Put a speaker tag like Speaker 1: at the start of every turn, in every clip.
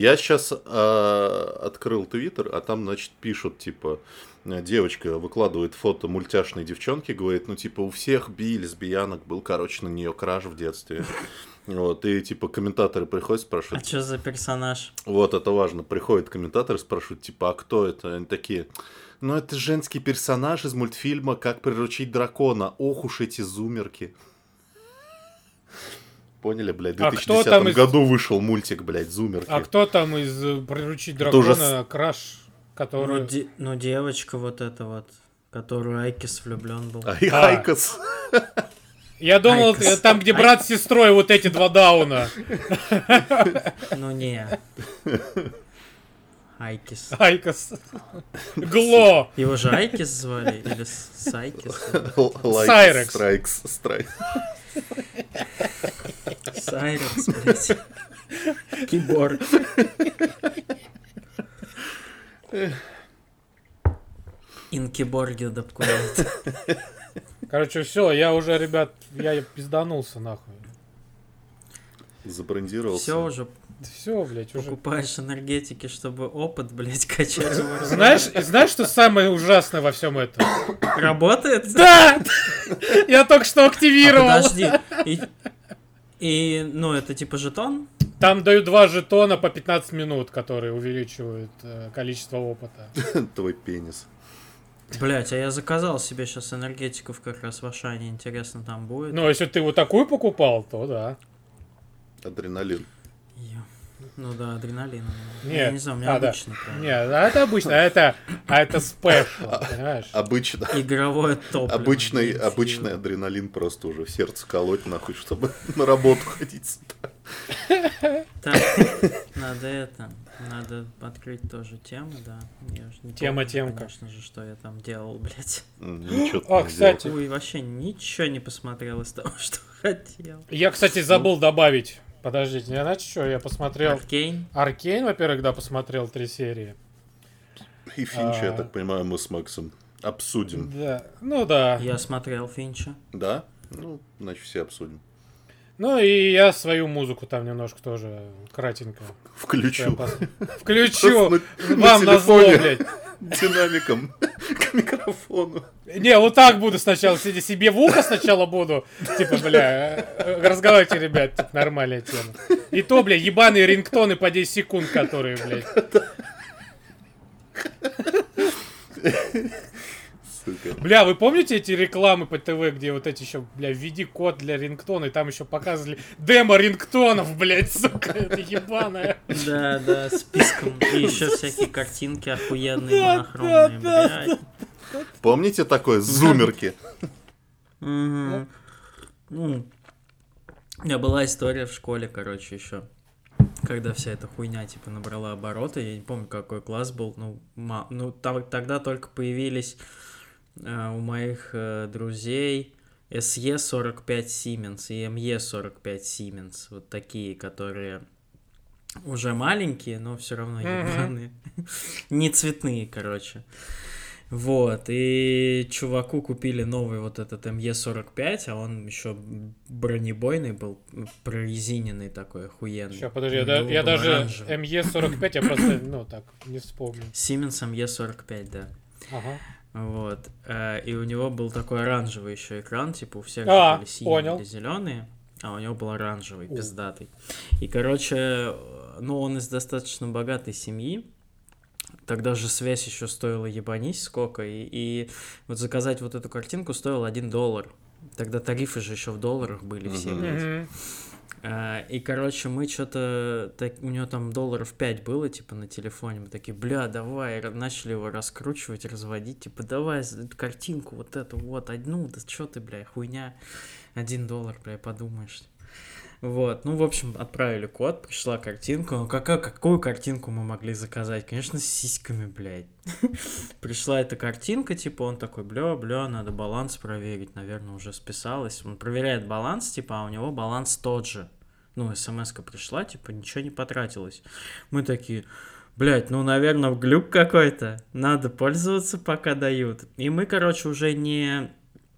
Speaker 1: Я сейчас открыл Твиттер, а там, значит, пишут, типа, девочка выкладывает фото мультяшной девчонки, говорит, ну, типа, у всех лесбиянок был, короче, на нее краш в детстве. Вот, и, типа, комментаторы приходят, спрашивают...
Speaker 2: А что за персонаж?
Speaker 1: Вот, это важно. Приходят комментаторы, спрашивают, типа, а кто это? Они такие... Ну, это женский персонаж из мультфильма «Как приручить дракона». Ох уж эти зумерки. Поняли, блядь, в 2010 году вышел мультик, блядь, «Зумерки».
Speaker 3: А кто там из «Приручить дракона» краш, который...
Speaker 2: Ну, девочка вот эта вот, которую Айкос влюблен был.
Speaker 1: Айкос.
Speaker 3: Я думал, там, где брат с сестрой, вот эти два Дауна.
Speaker 2: Ну, не. Айкис.
Speaker 3: Айкос. Гло.
Speaker 2: Его же Айкис звали? Или Сайкис?
Speaker 3: Сайрекс.
Speaker 1: Страйкс.
Speaker 2: Сайрекс, блядь. Киборг. Инкиборги документ.
Speaker 3: Короче, все, я уже, ребят, я пизданулся нахуй.
Speaker 1: Забрендировался.
Speaker 2: Все уже.
Speaker 3: Все, блядь, уже.
Speaker 2: Покупаешь энергетики, чтобы опыт, блядь, качать.
Speaker 3: Знаешь, что самое ужасное во всем этом?
Speaker 2: Работает?
Speaker 3: Да! Я только что активировал.
Speaker 2: Подожди. И, ну, это типа жетон?
Speaker 3: Там дают 2 жетона по 15 минут, которые увеличивают количество опыта.
Speaker 1: Твой пенис.
Speaker 2: Блять, а я заказал себе сейчас энергетиков как раз в Ашане. Интересно, там будет?
Speaker 3: Ну, если ты вот такую покупал, то да.
Speaker 1: Адреналин.
Speaker 2: Ну да, адреналин.
Speaker 3: Нет.
Speaker 2: Я не знаю, у меня обычный.
Speaker 3: Да. Нет, это обычно, а это спешл, понимаешь?
Speaker 1: Обычно.
Speaker 2: Игровое топливо.
Speaker 1: Обычный адреналин просто уже в сердце колоть нахуй, чтобы на работу ходить.
Speaker 2: Так, надо открыть тоже тему, да. Я же не помню, конечно же, что я там делал, блядь.
Speaker 1: Ничего.
Speaker 3: Кстати.
Speaker 2: Ой, вообще ничего не посмотрел из того, что хотел.
Speaker 3: Я, кстати, забыл добавить. Подождите, я знаете что, я посмотрел... Аркейн, во-первых, да, посмотрел 3 серии.
Speaker 1: И Финча, я так понимаю, мы с Максом обсудим.
Speaker 3: Да, ну да.
Speaker 2: Я смотрел Финча.
Speaker 1: Да? Ну, значит, все обсудим.
Speaker 3: Ну и я свою музыку там немножко тоже кратенько.
Speaker 1: Включу.
Speaker 3: Вам назло, блядь.
Speaker 1: Динамиком к микрофону.
Speaker 3: Не, вот так буду сначала, себе в ухо сначала буду, типа, бля, разговаривайте, ребят, типа, нормальная тема. И то, бля, ебаные рингтоны по 10 секунд, которые, блядь.
Speaker 1: Сука.
Speaker 3: Бля, вы помните эти рекламы по ТВ, где вот эти еще, бля, введи код для рингтона, и там еще показывали демо рингтонов, блядь, сука, это ебаное.
Speaker 2: Да, списком. И еще всякие картинки охуенные, монохромные, блядь.
Speaker 1: Помните такое? Зумерки.
Speaker 2: Ну, у меня была история в школе, короче, еще. Когда вся эта хуйня, типа, набрала обороты. Я не помню, какой класс был. Тогда только появились у моих друзей SE45 Siemens и ME45 Siemens. Вот такие, которые уже маленькие, но все равно ебаные. Не цветные, короче. Вот, и чуваку купили новый вот этот ME45, а он еще бронебойный был, прорезиненный такой, охуенный.
Speaker 3: Сейчас, подожди, я даже ME45, я просто, так, не вспомнил.
Speaker 2: Siemens ME45, да.
Speaker 3: Ага.
Speaker 2: Вот, и у него был такой оранжевый еще экран, типа у всех были синие или зеленые, а у него был оранжевый, пиздатый. И, короче, он из достаточно богатой семьи. Тогда же связь еще стоила ебанись сколько, и вот заказать вот эту картинку стоило $1. Тогда тарифы же еще в долларах были все, блядь. И, короче, мы что-то... У него там $5 было, типа, на телефоне. Мы такие, бля, давай. Начали его раскручивать, разводить. Типа, давай картинку вот эту вот одну. Да что ты, бля, хуйня. $1, бля, подумаешь. Вот, в общем, отправили код, пришла картинка. Ну, какую картинку мы могли заказать? Конечно, с сиськами, блядь. Пришла эта картинка, типа, он такой, бля, надо баланс проверить. Наверное, уже списалось. Он проверяет баланс, типа, а у него баланс тот же. СМС-ка пришла, типа, ничего не потратилось. Мы такие, блядь, наверное, глюк какой-то. Надо пользоваться, пока дают. И мы, короче, уже не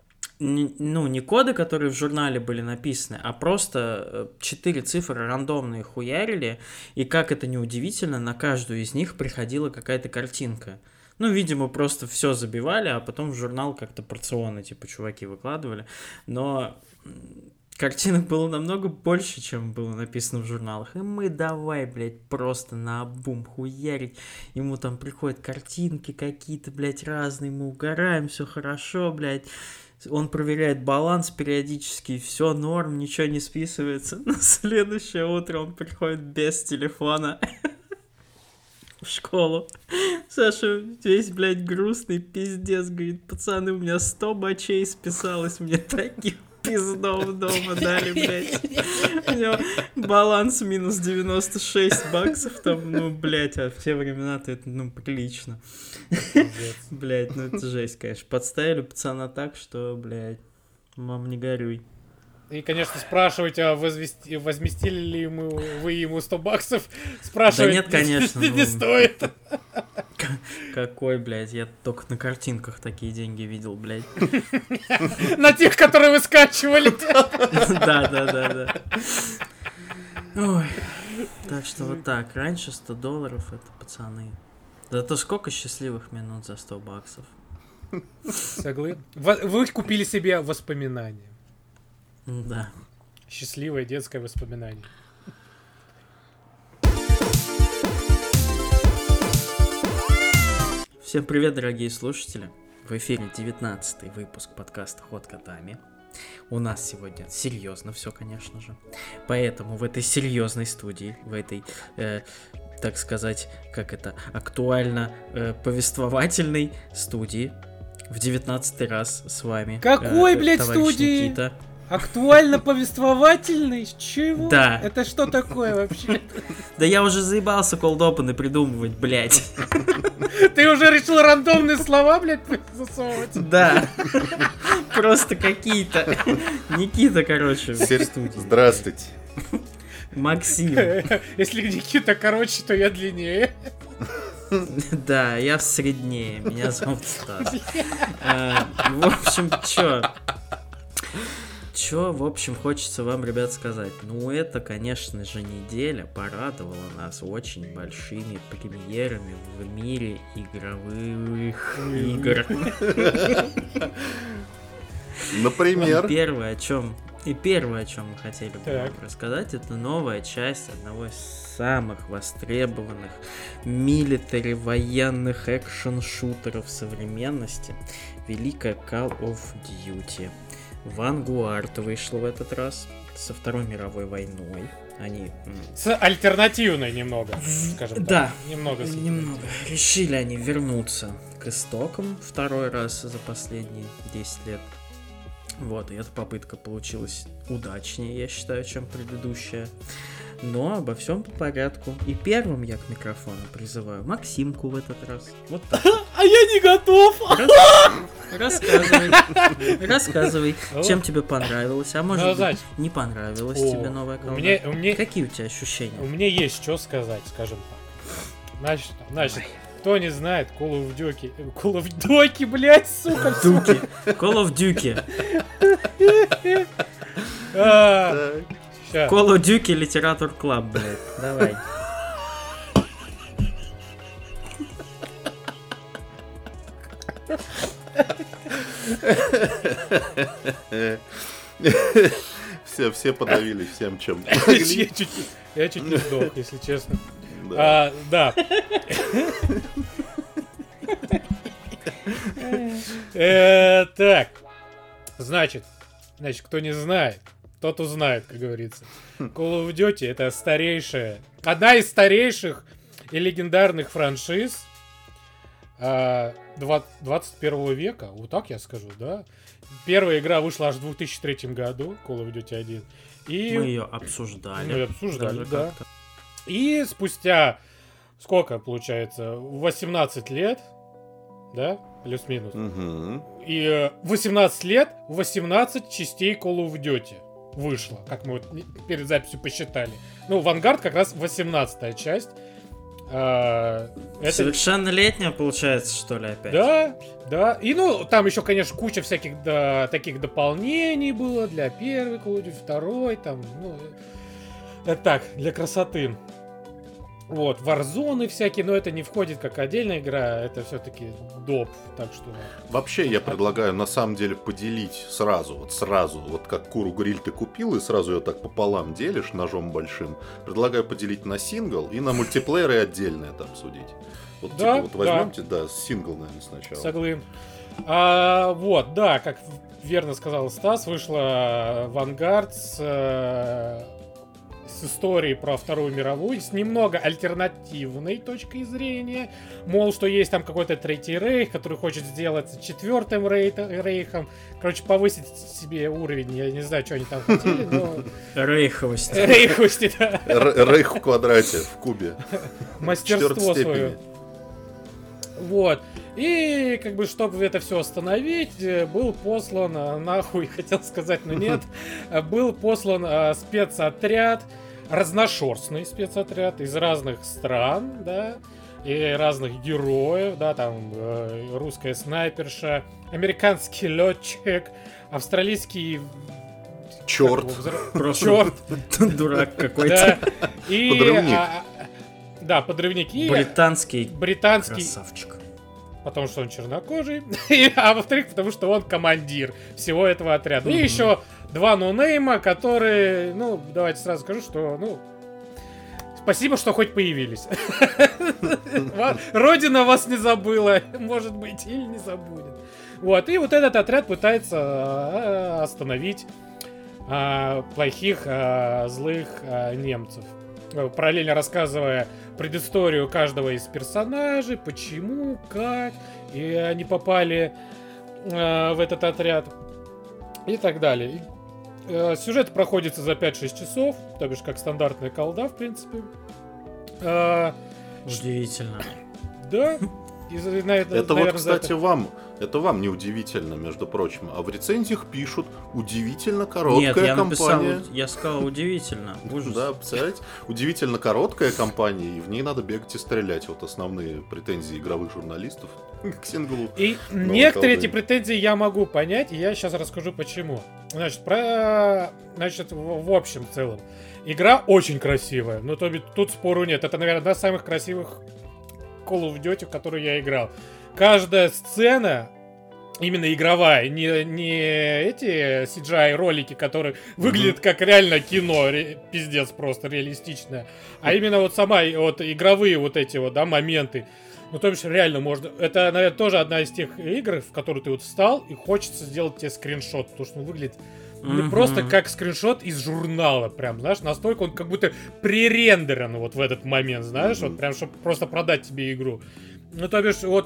Speaker 2: не коды, которые в журнале были написаны, а просто 4 цифры рандомные хуярили, и как это неудивительно, на каждую из них приходила какая-то картинка. Ну, видимо, просто все забивали, а потом в журнал как-то порционно, типа, чуваки выкладывали. Но картинок было намного больше, чем было написано в журналах. И мы давай, блядь, просто наобум хуярить. Ему там приходят картинки какие-то, блядь, разные, мы угораем, все хорошо, блядь. Он проверяет баланс периодически, все норм, ничего не списывается. На следующее утро он приходит без телефона в школу. Саша весь, блядь, грустный, пиздец, говорит, пацаны, у меня 100 бачей списалось, мне таких пиздов дома дали, блядь. У него баланс минус 96 баксов там, ну, блядь, а в те времена-то это, ну, прилично. Блядь, ну это жесть, конечно. Подставили пацана так, что, блядь, мам, не горюй.
Speaker 3: И, конечно, спрашиваете, а возместили ли вы ему 100 баксов? Спрашивать
Speaker 2: да нет, конечно,
Speaker 3: не стоит.
Speaker 2: Какой, блядь, я только на картинках такие деньги видел, блядь.
Speaker 3: На тех, которые вы скачивали.
Speaker 2: Да. Ой. Так что вот так. Раньше $100 это пацаны. Зато сколько счастливых минут за 100 баксов.
Speaker 3: Согласен. Вы купили себе воспоминания.
Speaker 2: Да.
Speaker 3: Счастливое детское воспоминание.
Speaker 2: Всем привет, дорогие слушатели. В эфире 19-й выпуск подкаста «Ход котами». У нас сегодня серьезно все, конечно же. Поэтому в этой серьезной студии, в этой, так сказать, актуально повествовательной студии в 19-й раз с вами.
Speaker 3: Какой, блядь, студии?
Speaker 2: Никита.
Speaker 3: Актуально повествовательный? Чего?
Speaker 2: Да.
Speaker 3: Это что такое вообще?
Speaker 2: Да я уже заебался cold open придумывать, блядь.
Speaker 3: Ты уже решил рандомные слова, блядь, засовывать?
Speaker 2: Да. Просто какие-то. Никита, короче, в студии.
Speaker 1: Здравствуйте.
Speaker 2: Максим.
Speaker 3: Если Никита короче, то я длиннее.
Speaker 2: Да, я среднее. Меня зовут Стас. В общем, Чё, в общем, хочется вам, ребят, сказать? Ну, это, конечно же, неделя порадовала нас очень большими премьерами в мире игровых игр.
Speaker 1: Например?
Speaker 2: Первое, о чем мы хотели бы вам рассказать, это новая часть одного из самых востребованных милитари военных экшн-шутеров современности, великая Call of Duty. Vanguard вышла в этот раз со Второй мировой войной. Они...
Speaker 3: С альтернативной немного, скажем так.
Speaker 2: Да,
Speaker 3: немного.
Speaker 2: Решили они вернуться к истокам второй раз за последние 10 лет. Вот, и эта попытка получилась удачнее, я считаю, чем предыдущая. Но обо всем по порядку. И первым я к микрофону призываю Максимку в этот раз. Вот так.
Speaker 3: А я не готов!
Speaker 2: Рассказывай, чем тебе понравилось, а может быть не понравилось тебе новая колда. Какие у тебя ощущения?
Speaker 3: У меня есть что сказать, скажем так. Значит, кто не знает, Call of Duty, блядь, сука.
Speaker 2: Call of Duty. Call of Duty Literature Club, блядь. Давай.
Speaker 1: Все подавили всем, чем
Speaker 3: Я чуть не сдох, если честно. Да. Так. Значит, кто не знает, тот узнает, как говорится. Call of Duty — это одна из старейших и легендарных франшиз 21 века, вот так я скажу, да. Первая игра вышла аж в 2003 году, Call of Duty 1. И
Speaker 2: мы ее обсуждали.
Speaker 3: Да. И спустя, сколько получается, 18 лет, да, плюс-минус.
Speaker 1: Угу.
Speaker 3: И 18 лет, 18 частей Call of Duty вышло, как мы вот перед записью посчитали. Ну, Vanguard как раз 18-я часть.
Speaker 2: Совершеннолетняя, получается, что ли, опять?
Speaker 3: Да. И, ну, там еще, конечно, куча всяких таких дополнений было для первой Call of Duty, второй, там, ну... Это так, для красоты. Вот, Warzone всякие, но это не входит как отдельная игра, это все-таки доп, так что...
Speaker 1: Вообще, я предлагаю, на самом деле, поделить сразу, вот как куру-гриль ты купил, и сразу ее так пополам делишь ножом большим. Предлагаю поделить на сингл и на мультиплеер и отдельно это обсудить. Вот,
Speaker 3: да,
Speaker 1: типа, вот возьмемте, сингл, наверное, сначала.
Speaker 3: Согласен. Вот, да, как верно сказал Стас, вышла Vanguard с историей про Вторую мировую, с немного альтернативной точкой зрения. Мол, что есть там какой-то Третий Рейх, который хочет сделать Четвертым Рейхом. Короче, повысить себе уровень. Я не знаю, что они там хотели, но...
Speaker 2: Рейховости.
Speaker 3: Рейховости, да.
Speaker 1: Рейх в квадрате, в кубе.
Speaker 3: Мастерство свое. Вот. И, как бы, чтобы это все остановить, был послан, нахуй, хотел сказать, но нет, был послан спецотряд, разношерстный спецотряд из разных стран, да, и разных героев, да, там русская снайперша, американский летчик, австралийский...
Speaker 1: Черт.
Speaker 3: Черт.
Speaker 2: Дурак какой-то.
Speaker 3: И...
Speaker 1: Подрывник.
Speaker 3: Да, подрывник. И
Speaker 2: британский
Speaker 3: красавчик. Потому что он чернокожий, а во-вторых, потому что он командир всего этого отряда. И еще два ноунейма, которые, ну, давайте сразу скажу, что, ну, спасибо, что хоть появились. Родина вас не забыла, может быть, или не забудет. Вот, и вот этот отряд пытается остановить плохих, злых немцев. Параллельно рассказывая предысторию каждого из персонажей, почему, как, и они попали в этот отряд и так далее. Сюжет проходится за 5-6 часов, то бишь как стандартная колда, в принципе.
Speaker 2: Удивительно.
Speaker 3: Да.
Speaker 1: Это вот, кстати, вам не удивительно, между прочим. А в рецензиях пишут удивительно короткая кампания.
Speaker 2: Я сказал удивительно. Ужас.
Speaker 1: Да, представляете? Удивительно короткая кампания, и в ней надо бегать и стрелять. Вот основные претензии игровых журналистов к синглу.
Speaker 3: И некоторые эти претензии я могу понять, и я сейчас расскажу почему. Значит, в общем, в целом. Игра очень красивая, но тут спору нет. Это, наверное, одна из самых красивых Call of Duty, в которую я играл. Каждая сцена, именно игровая, не эти CGI-ролики, которые выглядят как реально кино, пиздец просто реалистичное, а именно вот сама, вот игровые вот эти вот, да, моменты. Ну, то бишь, реально можно... Это, наверное, тоже одна из тех игр, в которую ты вот встал, и хочется сделать тебе скриншот, потому что он выглядит просто как скриншот из журнала, прям, знаешь, настолько он как будто пререндерен вот в этот момент, знаешь, вот прям, чтобы просто продать тебе игру. Ну, то бишь, вот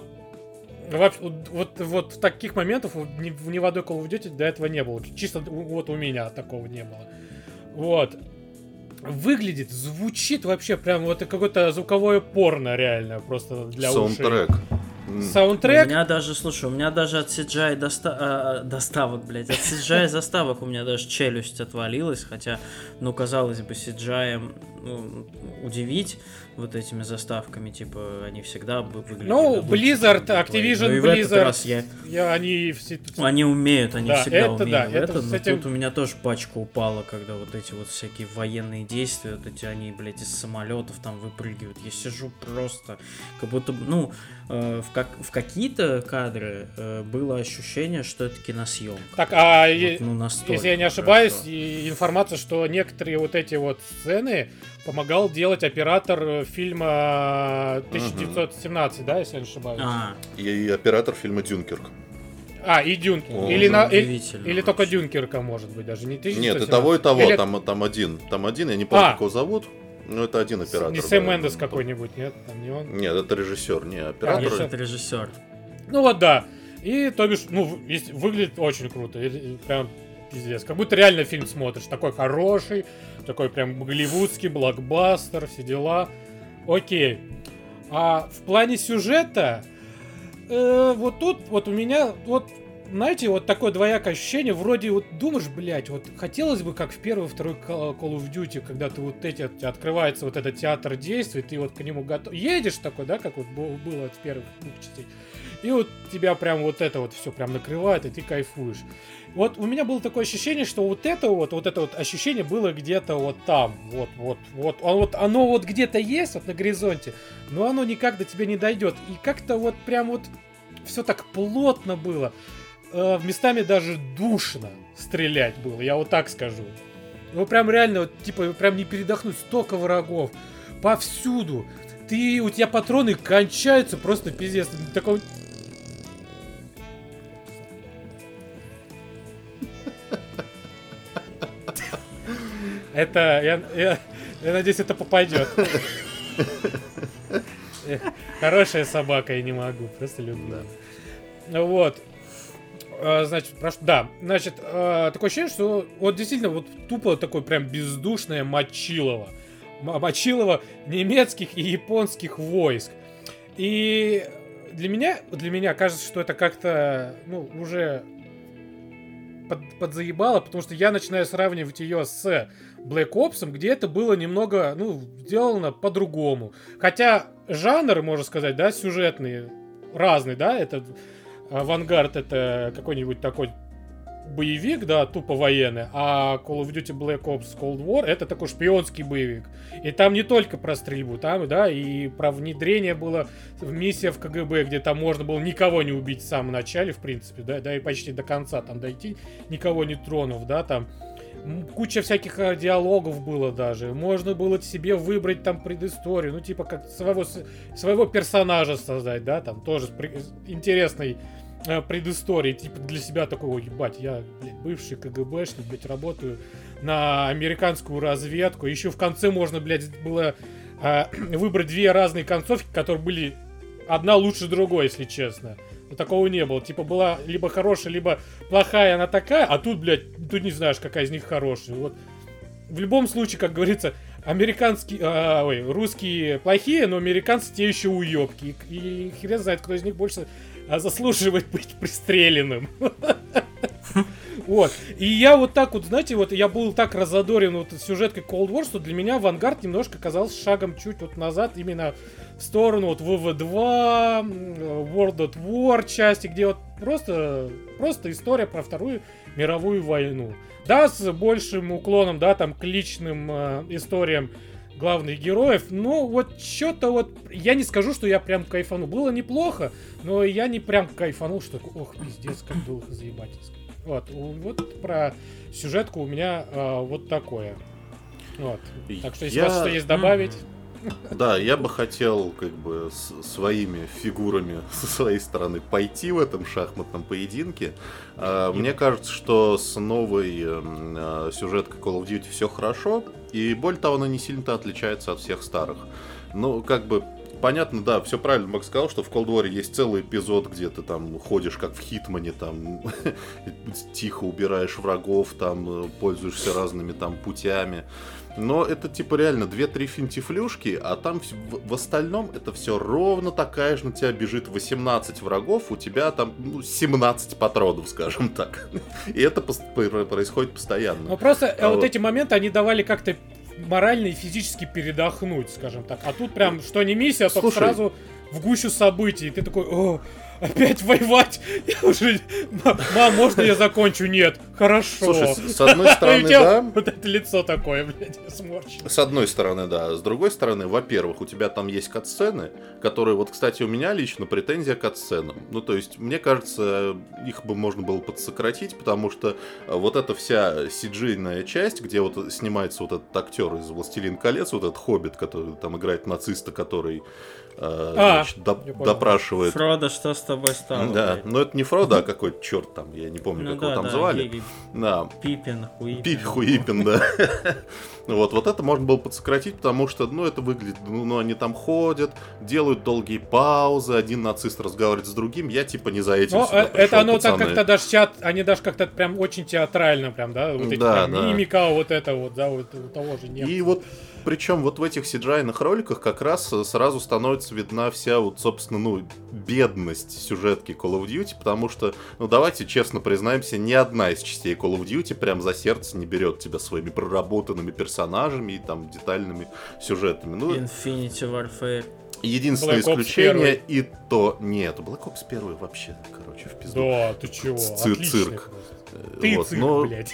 Speaker 3: таких моментов ни в одной Call of Duty до этого не было. Чисто вот у меня такого не было. Вот. Выглядит, звучит вообще прям вот какое-то звуковое порно реально, просто для
Speaker 1: саундтрек.
Speaker 3: ушей. Саундтрек.
Speaker 2: У меня даже, слушай, у меня даже от CGI доставок, блядь, от CGI заставок у меня даже челюсть отвалилась, хотя, ну, казалось бы, CGI удивить вот этими заставками, типа, они всегда выглядят...
Speaker 3: Ну, Blizzard, Activision, Blizzard,
Speaker 2: они умеют, они всегда умеют.
Speaker 3: Да,
Speaker 2: но тут у меня тоже пачка упала, когда вот эти вот всякие военные действия, вот эти они, блядь, из самолетов там выпрыгивают. Я сижу просто, как будто, ну, в какие-то кадры было ощущение, что это киносъемка.
Speaker 3: Так, если я не ошибаюсь, информация, что некоторые вот эти вот сцены помогал делать оператор фильма 1917, да, если я не ошибаюсь.
Speaker 1: И оператор фильма «Дюнкерк».
Speaker 3: И Дюнкерк. Или только Дюнкерка, может быть, даже не 1917.
Speaker 1: Нет, и того, и того. Или... Там один, я не помню, как его зовут. Но это один оператор.
Speaker 3: Не Сэм Мендес какой-нибудь, нет? Там не он?
Speaker 1: Нет, это режиссер, не оператор.
Speaker 2: Это режиссер.
Speaker 3: Ну вот, да. И, то бишь, ну, выглядит очень круто. Прям пиздец. Как будто реально фильм смотришь. Такой хороший, такой прям голливудский, блокбастер, все дела. Окей. А в плане сюжета, вот тут, вот у меня, вот знаете, вот такое двоякое ощущение, вроде вот думаешь, блядь, вот хотелось бы, как в первый, второй Call of Duty, когда ты вот открывается вот этот театр действий, ты вот к нему готов, едешь такой, да, как вот было от первых частей, и вот тебя прям вот это вот все прям накрывает, и ты кайфуешь. Вот у меня было такое ощущение, что вот это вот ощущение было где-то вот там, оно вот где-то есть, вот на горизонте, но оно никак до тебя не дойдет, и как-то вот прям вот все так плотно было. Местами даже душно стрелять было, я вот так скажу. Ну прям реально, вот, типа, прям не передохнуть, столько врагов повсюду. У тебя патроны кончаются просто пиздец. Такой... Это, я надеюсь, это попадет. Хорошая собака, я не могу, просто люблю. Вот. Значит, такое ощущение, что вот действительно вот тупо такое прям бездушное мочилово немецких и японских войск. И для меня кажется, что это как-то, ну, уже подзаебало, потому что я начинаю сравнивать ее с Black Ops, где это было немного, ну, сделано по-другому. Хотя жанр, можно сказать, да, сюжетный, разный, да, это Vanguard это какой-нибудь такой боевик, да, тупо военный, а Call of Duty Black Ops Cold War это такой шпионский боевик. И там не только про стрельбу, там, да, и про внедрение было в миссия в КГБ, где там можно было никого не убить в самом начале, в принципе, да, и почти до конца там дойти, никого не тронув, да, там куча всяких диалогов было даже. Можно было себе выбрать там предысторию, ну типа как своего персонажа создать, да, там тоже интересной предыстории, типа для себя такого, ебать, я, блядь, бывший КГБшник, блядь, работаю на американскую разведку. Еще в конце можно, блядь, было выбрать две разные концовки, которые были одна лучше другой, если честно. Но такого не было. Типа была либо хорошая, либо плохая, она такая, а тут, блядь, тут не знаешь, какая из них хорошая. Вот. В любом случае, как говорится, русские плохие, но американцы те еще уебки. И хрен знает, кто из них больше заслуживает быть пристреленным. Вот. И я вот так вот, знаете, вот я был так разодорен вот сюжеткой Cold War, что для меня Vanguard немножко казался шагом чуть вот назад, именно в сторону вот WW2, World at War части, где вот просто история про Вторую мировую войну. Да, с большим уклоном, да, там, к личным историям главных героев, но вот что-то вот, я не скажу, что я прям кайфанул. Было неплохо, но я не прям кайфанул, что, ох, пиздец, как было заебательски. Вот про сюжетку у меня вот такое. Вот. Так что, если у вас что есть добавить...
Speaker 1: Да, я бы хотел как бы своими фигурами со своей стороны пойти в этом шахматном поединке. Мне кажется, что с новой сюжеткой Call of Duty все хорошо, и более того, она не сильно-то отличается от всех старых. Ну, как бы, понятно, да, все правильно Макс сказал, что в Cold War есть целый эпизод, где ты там ходишь как в Хитмане, там тихо убираешь врагов, там пользуешься разными там путями. Но это типа реально 2-3 финтифлюшки, а там в остальном это все ровно такая же, на тебя бежит 18 врагов, у тебя там 17 патронов, скажем так. И это происходит постоянно.
Speaker 3: Ну просто вот эти моменты, они давали как-то морально и физически передохнуть, скажем так. А тут прям, что не миссия, а только сразу в гущу событий. И ты такой, о, опять воевать? Я уже... Мам, можно я закончу? Нет. Хорошо.
Speaker 1: Слушай, с одной стороны, да.
Speaker 3: Вот это лицо такое, блядь, сморщено.
Speaker 1: С одной стороны, да. С другой стороны, во-первых, у тебя там есть катсцены, которые, вот, кстати, у меня лично претензия к катсценам. Ну, то есть, мне кажется, их бы можно было подсократить, потому что вот эта вся CG-ная часть, где вот снимается вот этот актер из «Властелин колец», вот этот хоббит, который там играет нациста, который значит, допрашивает...
Speaker 2: Фродо, что с тобой стало?
Speaker 1: Да, блядь? Но это не Фродо, а какой-то черт там, я не помню, как его там звали. Да.
Speaker 2: Пипин,
Speaker 1: Хуипин, да. Вот это можно было подсократить, потому что, ну, это выглядит, ну, они там ходят, делают долгие паузы, один нацист разговаривает с другим, я типа не за этим сюда пришел,
Speaker 3: это оно
Speaker 1: пацаны.
Speaker 3: так как-то даже они даже как-то прям очень театрально прям, да, вот эти
Speaker 1: да,
Speaker 3: прям мимика, вот это вот, да, вот у того же немца.
Speaker 1: И вот причем вот в этих CGI-ных роликах как раз сразу становится видна вся вот, собственно, бедность сюжетки Call of Duty, потому что, давайте честно признаемся, ни одна из частей Call of Duty прям за сердце не берет тебя своими проработанными персонажами и там детальными сюжетами.
Speaker 2: Infinity Warfare.
Speaker 1: Единственное исключение, и то... Нет, Black Ops 1 вообще, короче, в пизду.
Speaker 3: Да, ты чего?
Speaker 1: Цирк.
Speaker 3: Ты цирк, блядь.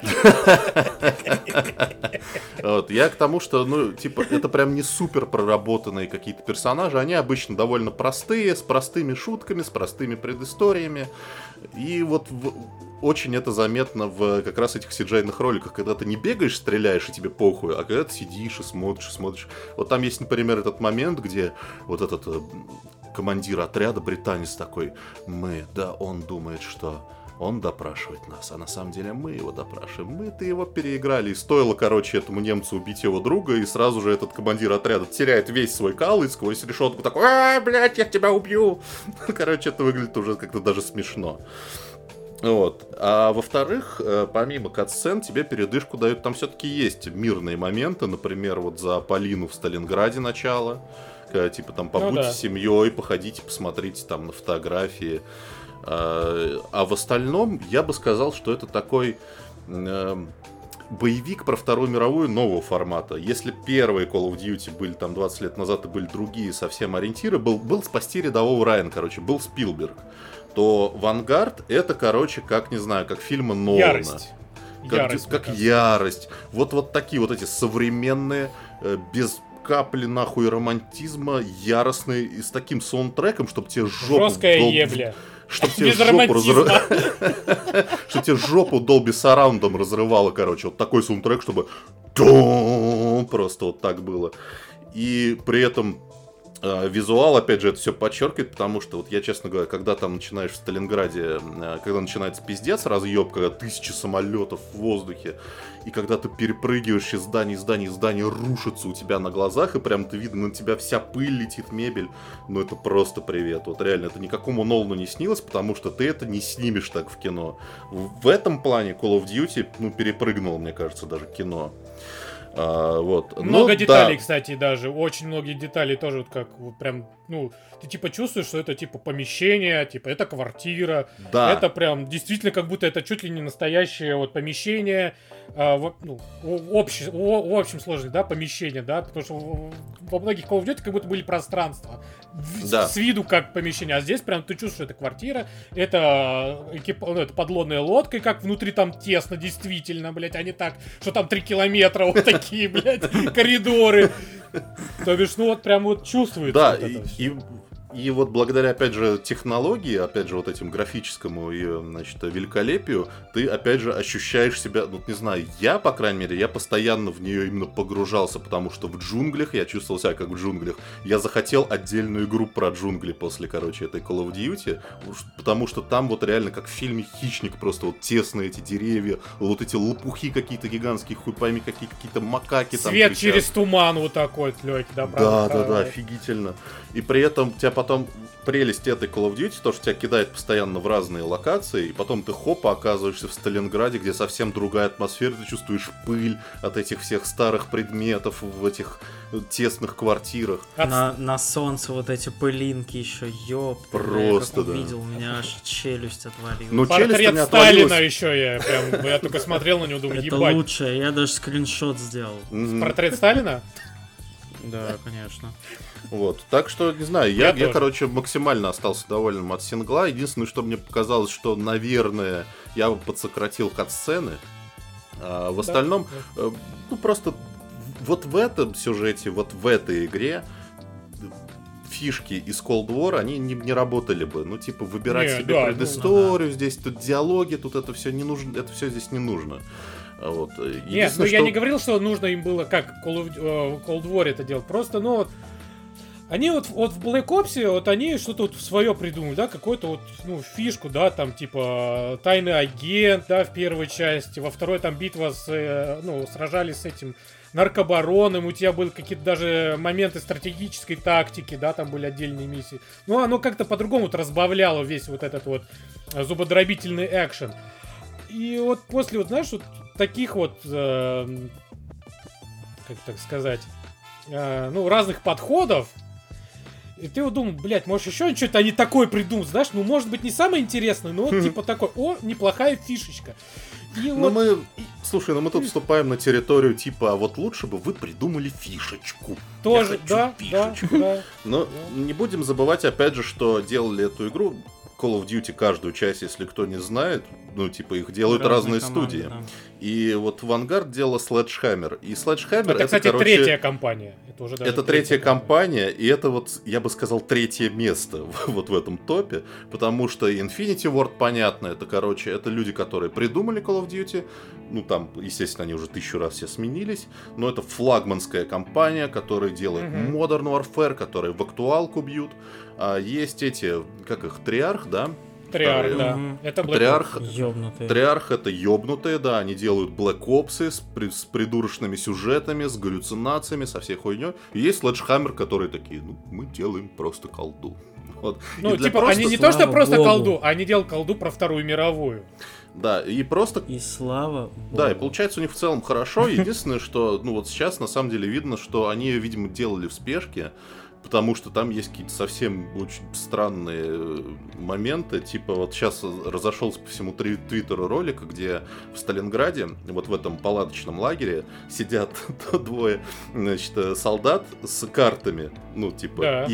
Speaker 1: Вот, я к тому, что, это прям не супер проработанные какие-то персонажи, они обычно довольно простые, с простыми шутками, с простыми предысториями, и вот очень это заметно в как раз этих CGI-ных роликах, когда ты не бегаешь, стреляешь, и тебе похуй, а когда ты сидишь и смотришь. Вот там есть, например, этот момент, где вот этот командир отряда, британец такой, он думает, что он допрашивает нас, а на самом деле мы его допрашиваем. Мы-то его переиграли, и стоило, этому немцу убить его друга, и сразу же этот командир отряда теряет весь свой кал и сквозь решетку такой, блядь, я тебя убью. Это выглядит уже как-то даже смешно. Вот. А во-вторых, помимо катсцен, тебе передышку дают. Там все-таки есть мирные моменты. Например, вот за Полину в Сталинграде начало. Когда, там, побудьте с семьей, походите, посмотрите там на фотографии. А в остальном, я бы сказал, что это такой боевик про Вторую мировую нового формата. Если первые Call of Duty были там 20 лет назад и были другие совсем ориентиры, был «Спасти рядового Райана», был Спилберг, то «Вангард» это, как, не знаю, как фильмы Нолана. Как «Ярость». Вот такие вот эти современные, без капли нахуй романтизма, яростные, и с таким саундтреком, чтобы тебе жопу...
Speaker 3: Жесткая ебля.
Speaker 1: Чтобы тебе жопу Dolby Surround'ом разрывало, вот такой саундтрек, чтобы просто вот так было. И при этом визуал, опять же, это все подчеркивает, потому что, вот я, честно говоря, когда там начинаешь в Сталинграде, когда начинается пиздец, разъеб, когда 1000 самолетов в воздухе, и когда ты перепрыгиваешь из здания рушится у тебя на глазах, и прям ты видно, на тебя вся пыль летит, мебель, это просто привет. Вот реально, это никакому Нолану не снилось, потому что ты это не снимешь так в кино. В этом плане Call of Duty, перепрыгнул, мне кажется, даже кино.
Speaker 3: Много деталей, кстати, даже. Очень многие детали тоже вот как вот прям, ты чувствуешь, что это помещение, это квартира. Да. Это прям действительно как будто это чуть ли не настоящее вот помещение, в общем сложное, да, помещение, да, потому что во многих Call of Duty как будто были пространства. Да. С виду как помещение, а здесь прям ты чувствуешь, что это квартира, это это подлодная лодка, и как внутри там тесно, действительно, блять, а не так, что там 3 километра вот такие, блядь, коридоры. То бишь, прям вот чувствуется.
Speaker 1: Да, и вот благодаря, опять же, технологии, опять же, вот этим графическому и, великолепию, ты, опять же, ощущаешь себя, не знаю, я, по крайней мере, я постоянно в нее именно погружался, потому что в джунглях я чувствовал себя как в джунглях. Я захотел отдельную игру про джунгли после, этой Call of Duty, потому что там вот реально как в фильме «Хищник», просто вот тесные эти деревья, вот эти лопухи какие-то гигантские, хуй пойми, какие-то макаки там.
Speaker 3: Свет через туман вот такой вот легкий, да, правда?
Speaker 1: Да, офигительно. И при этом тебя потом прелесть этой Call of Duty, то, что тебя кидает постоянно в разные локации, и потом ты оказываешься в Сталинграде, где совсем другая атмосфера, ты чувствуешь пыль от этих всех старых предметов в этих тесных квартирах.
Speaker 2: На солнце вот эти пылинки еще, ёпта.
Speaker 1: Просто,
Speaker 2: я как увидел, у меня аж челюсть отвалилась.
Speaker 3: Портрет Сталина еще я только смотрел на него, думаю, ебать.
Speaker 2: Это лучшее, я даже скриншот сделал.
Speaker 3: Портрет Сталина?
Speaker 2: Да, конечно.
Speaker 1: Вот, так что, не знаю, я максимально остался доволен от сингла. Единственное, что мне показалось, что, наверное, я бы подсократил катсцены. А в остальном, просто вот в этом сюжете, вот в этой игре фишки из Cold War, они не работали бы. Выбирать себе предысторию, здесь тут диалоги, тут это все не нужно, это все здесь не нужно. Вот.
Speaker 3: Нет, я не говорил, что нужно им было как Cold War это делать. Просто, они вот в Black Ops, они что-то свое придумали, да, какую-то фишку, да, там, тайный агент, да, в первой части, во второй там битва сражались с этим наркобароном, у тебя были какие-то даже моменты стратегической тактики, да, там были отдельные миссии. Оно как-то по-другому разбавляло весь вот этот вот зубодробительный экшен. И вот после, знаешь, таких как так сказать, разных подходов. И ты вот думал, блядь, может еще что-то они такое придумают, знаешь, может быть не самое интересное, но вот типа такой, неплохая фишечка.
Speaker 1: Слушай, мы тут вступаем на территорию типа, а вот лучше бы вы придумали фишечку.
Speaker 3: Тоже, фишечку.
Speaker 1: Но не будем забывать, опять же, что делали эту игру Call of Duty каждую часть, если кто не знает, их делают разные студии. Да. И вот Vanguard делала Sledgehammer. И Sledgehammer
Speaker 3: это, кстати, третья компания.
Speaker 1: Это третья компания, и это вот, я бы сказал, третье место вот в этом топе, потому что Infinity Ward, понятно, это люди, которые придумали Call of Duty, там, естественно, они уже 1000 раз все сменились, но это флагманская компания, которая делает Modern Warfare, которые в актуалку бьют, а есть Триарх, да?
Speaker 3: Триарх, да. Это
Speaker 1: Триарх это ёбнутые, да, они делают Black Ops с придурочными сюжетами, с галлюцинациями, со всей хуйней. И есть Sledgehammer, которые такие, мы делаем просто колду. Вот.
Speaker 3: Они не то, что просто колду, они делают колду про Вторую мировую.
Speaker 1: Да, и просто...
Speaker 2: И слава Богу.
Speaker 1: Да, и получается у них в целом хорошо. Единственное, что, вот сейчас на самом деле видно, что они ее, видимо, делали в спешке, потому что там есть какие-то совсем очень странные моменты. Типа вот сейчас разошелся по всему твиттеру ролик, где в Сталинграде, вот в этом палаточном лагере, сидят двое, солдат с картами.
Speaker 3: Да.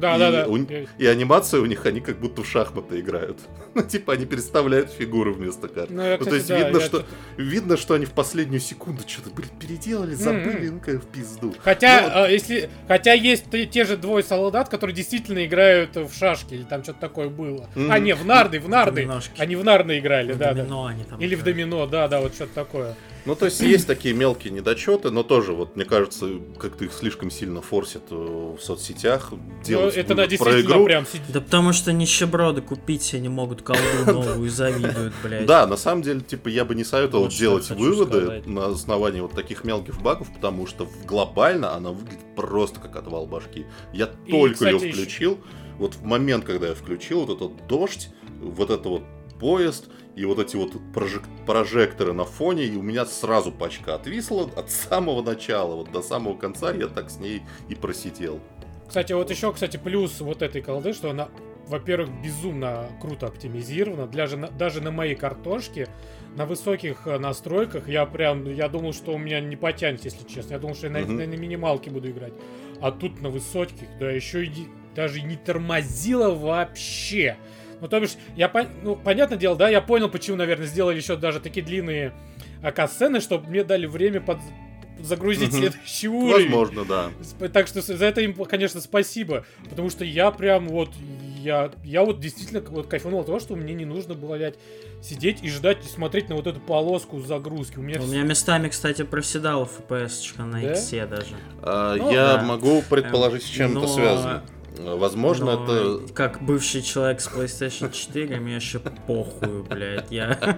Speaker 1: И анимация у них, они как будто в шахматы играют. Они переставляют фигуры вместо карт. То есть видно, что они в последнюю секунду что-то переделали, забыли, в пизду.
Speaker 3: Хотя есть те же двое солдат, которые действительно играют в шашки, или там что-то такое было. Не, в нарды. Они в нарды играли, да. Или в домино, да, вот что-то такое.
Speaker 1: То есть есть такие мелкие недочеты, но тоже, вот, мне кажется, как-то их слишком сильно форсят в соцсетях. Делать
Speaker 3: это
Speaker 1: про игру.
Speaker 2: Прям да потому что нищеброды купить себе не могут колду новую и завидуют, блядь.
Speaker 1: Да, на самом деле, я бы не советовал делать выводы на основании вот таких мелких багов, потому что глобально она выглядит просто как отвал башки. Я только ее включил, вот в момент, когда я включил, вот этот дождь, вот это вот поезд и вот эти вот прожекторы на фоне, и у меня сразу пачка отвисла от самого начала, вот до самого конца я так с ней и просидел.
Speaker 3: Кстати, вот еще, плюс вот этой колды, что она, во-первых, безумно круто оптимизирована, даже на моей картошке, на высоких настройках, я думал, что у меня не потянет, если честно, я думал, что я на минималке буду играть, а тут на высоких, да, еще и даже не тормозило вообще. То бишь, понятное дело, да, я понял, почему, наверное, сделали еще даже такие длинные катсцены, чтобы мне дали время загрузить следующий уровень.
Speaker 1: Возможно, да.
Speaker 3: Так что за это им, конечно, спасибо, потому что я прям я действительно кайфанул от того, что мне не нужно было, сидеть и ждать, и смотреть на вот эту полоску загрузки. У меня
Speaker 2: местами, кстати, проседала FPS-очка на иксе даже.
Speaker 1: Я могу предположить, с чем это связано. Возможно, это...
Speaker 2: Как бывший человек с PlayStation 4, мне вообще похуй, блядь. Я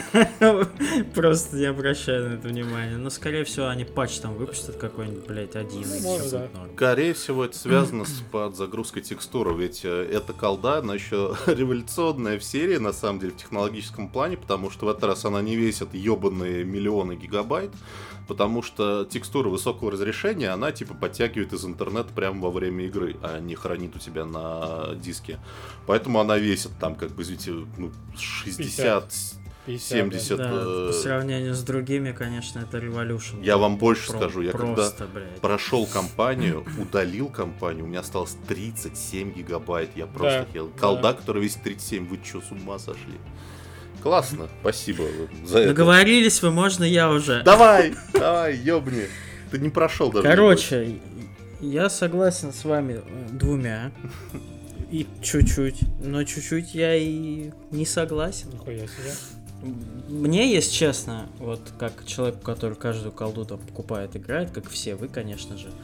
Speaker 2: просто не обращаю на это внимания. Но, скорее всего, они патч там выпустят какой-нибудь, блядь, один.
Speaker 1: Скорее всего, это связано с подзагрузкой текстуры. Ведь эта колда, она еще революционная в серии, на самом деле, в технологическом плане, потому что в этот раз она не весит ебаные миллионы гигабайт. Потому что текстура высокого разрешения, она подтягивает из интернета прямо во время игры, а не хранит у тебя на диске. Поэтому она весит там, извините, 60... 70.
Speaker 2: Да, по сравнению с другими, конечно, это революшн.
Speaker 1: Я вам больше скажу, я когда прошел кампанию, удалил кампанию, у меня осталось 37 гигабайт. Я просто хел. Колда, которая весит 37, вы что, с ума сошли? Классно, спасибо за это.
Speaker 2: Договорились вы, можно я уже?
Speaker 1: Давай, ёбни. Ты не прошел даже.
Speaker 2: Короче, я согласен с вами двумя. И чуть-чуть. Но чуть-чуть я и не согласен.
Speaker 3: Нихуя себе.
Speaker 2: Мне, если честно, вот как человеку, который каждую колду там покупает, играет, как все вы, конечно же,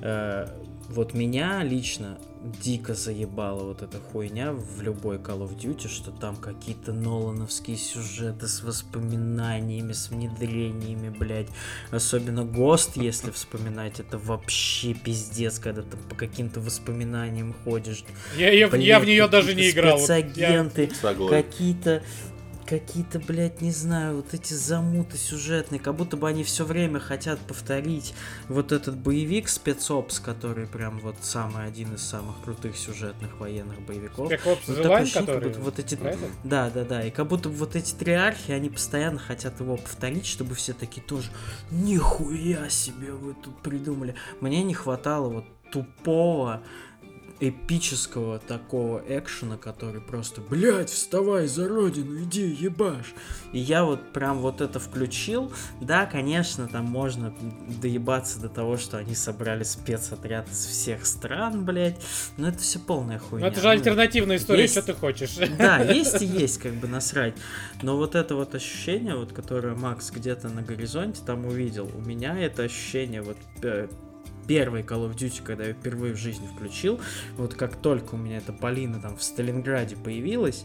Speaker 2: вот меня лично дико заебала вот эта хуйня в любой Call of Duty, что там какие-то нолановские сюжеты с воспоминаниями, с внедрениями, блядь. Особенно Ghost, если вспоминать, это вообще пиздец, когда ты по каким-то воспоминаниям ходишь.
Speaker 3: Я в нее даже не играл.
Speaker 2: Спецагенты, какие-то какие-то, блядь, не знаю, вот эти замуты сюжетные, как будто бы они все время хотят повторить вот этот боевик спецопс, который прям вот самый один из самых крутых сюжетных военных боевиков.
Speaker 3: Спецопс The Line, который...
Speaker 2: Вот эти... Да, и как будто бы вот эти три архи, они постоянно хотят его повторить, чтобы все такие тоже, нихуя себе вы тут придумали. Мне не хватало вот тупого эпического такого экшена, который просто, блядь, вставай за родину, иди, ебашь. И я вот прям вот это включил. Да, конечно, там можно доебаться до того, что они собрали спецотряд из всех стран, блядь, но это все полная хуйня.
Speaker 3: Но это же альтернативная история, что ты хочешь?
Speaker 2: Да, есть и есть, как бы насрать. Но вот это вот ощущение, вот, которое Макс где-то на горизонте там увидел, у меня это ощущение вот... Первый Call of Duty, когда я впервые в жизни включил, вот как только у меня эта Полина там в Сталинграде появилась,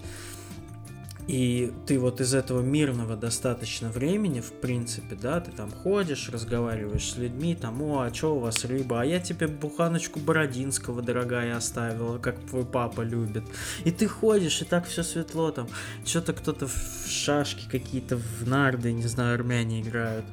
Speaker 2: и ты вот из этого мирного достаточно времени, в принципе, да, ты там ходишь, разговариваешь с людьми, там, а что у вас рыба, а я тебе буханочку Бородинского, дорогая, оставила, как твой папа любит. И ты ходишь, и так все светло, там, что-то кто-то в шашки какие-то, в нарды, не знаю, армяне играют.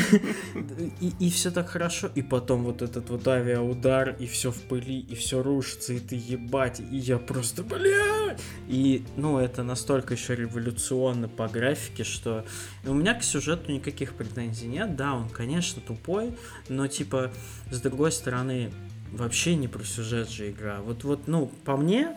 Speaker 2: И все так хорошо, и потом вот этот вот авиаудар, и все в пыли, и все рушится, и ты ебать, и я просто, блядь! И, ну, это настолько еще революционно по графике, что у меня к сюжету никаких претензий нет. Да, он, конечно, тупой, но, типа, с другой стороны, вообще не про сюжет же игра. Вот, ну, по мне,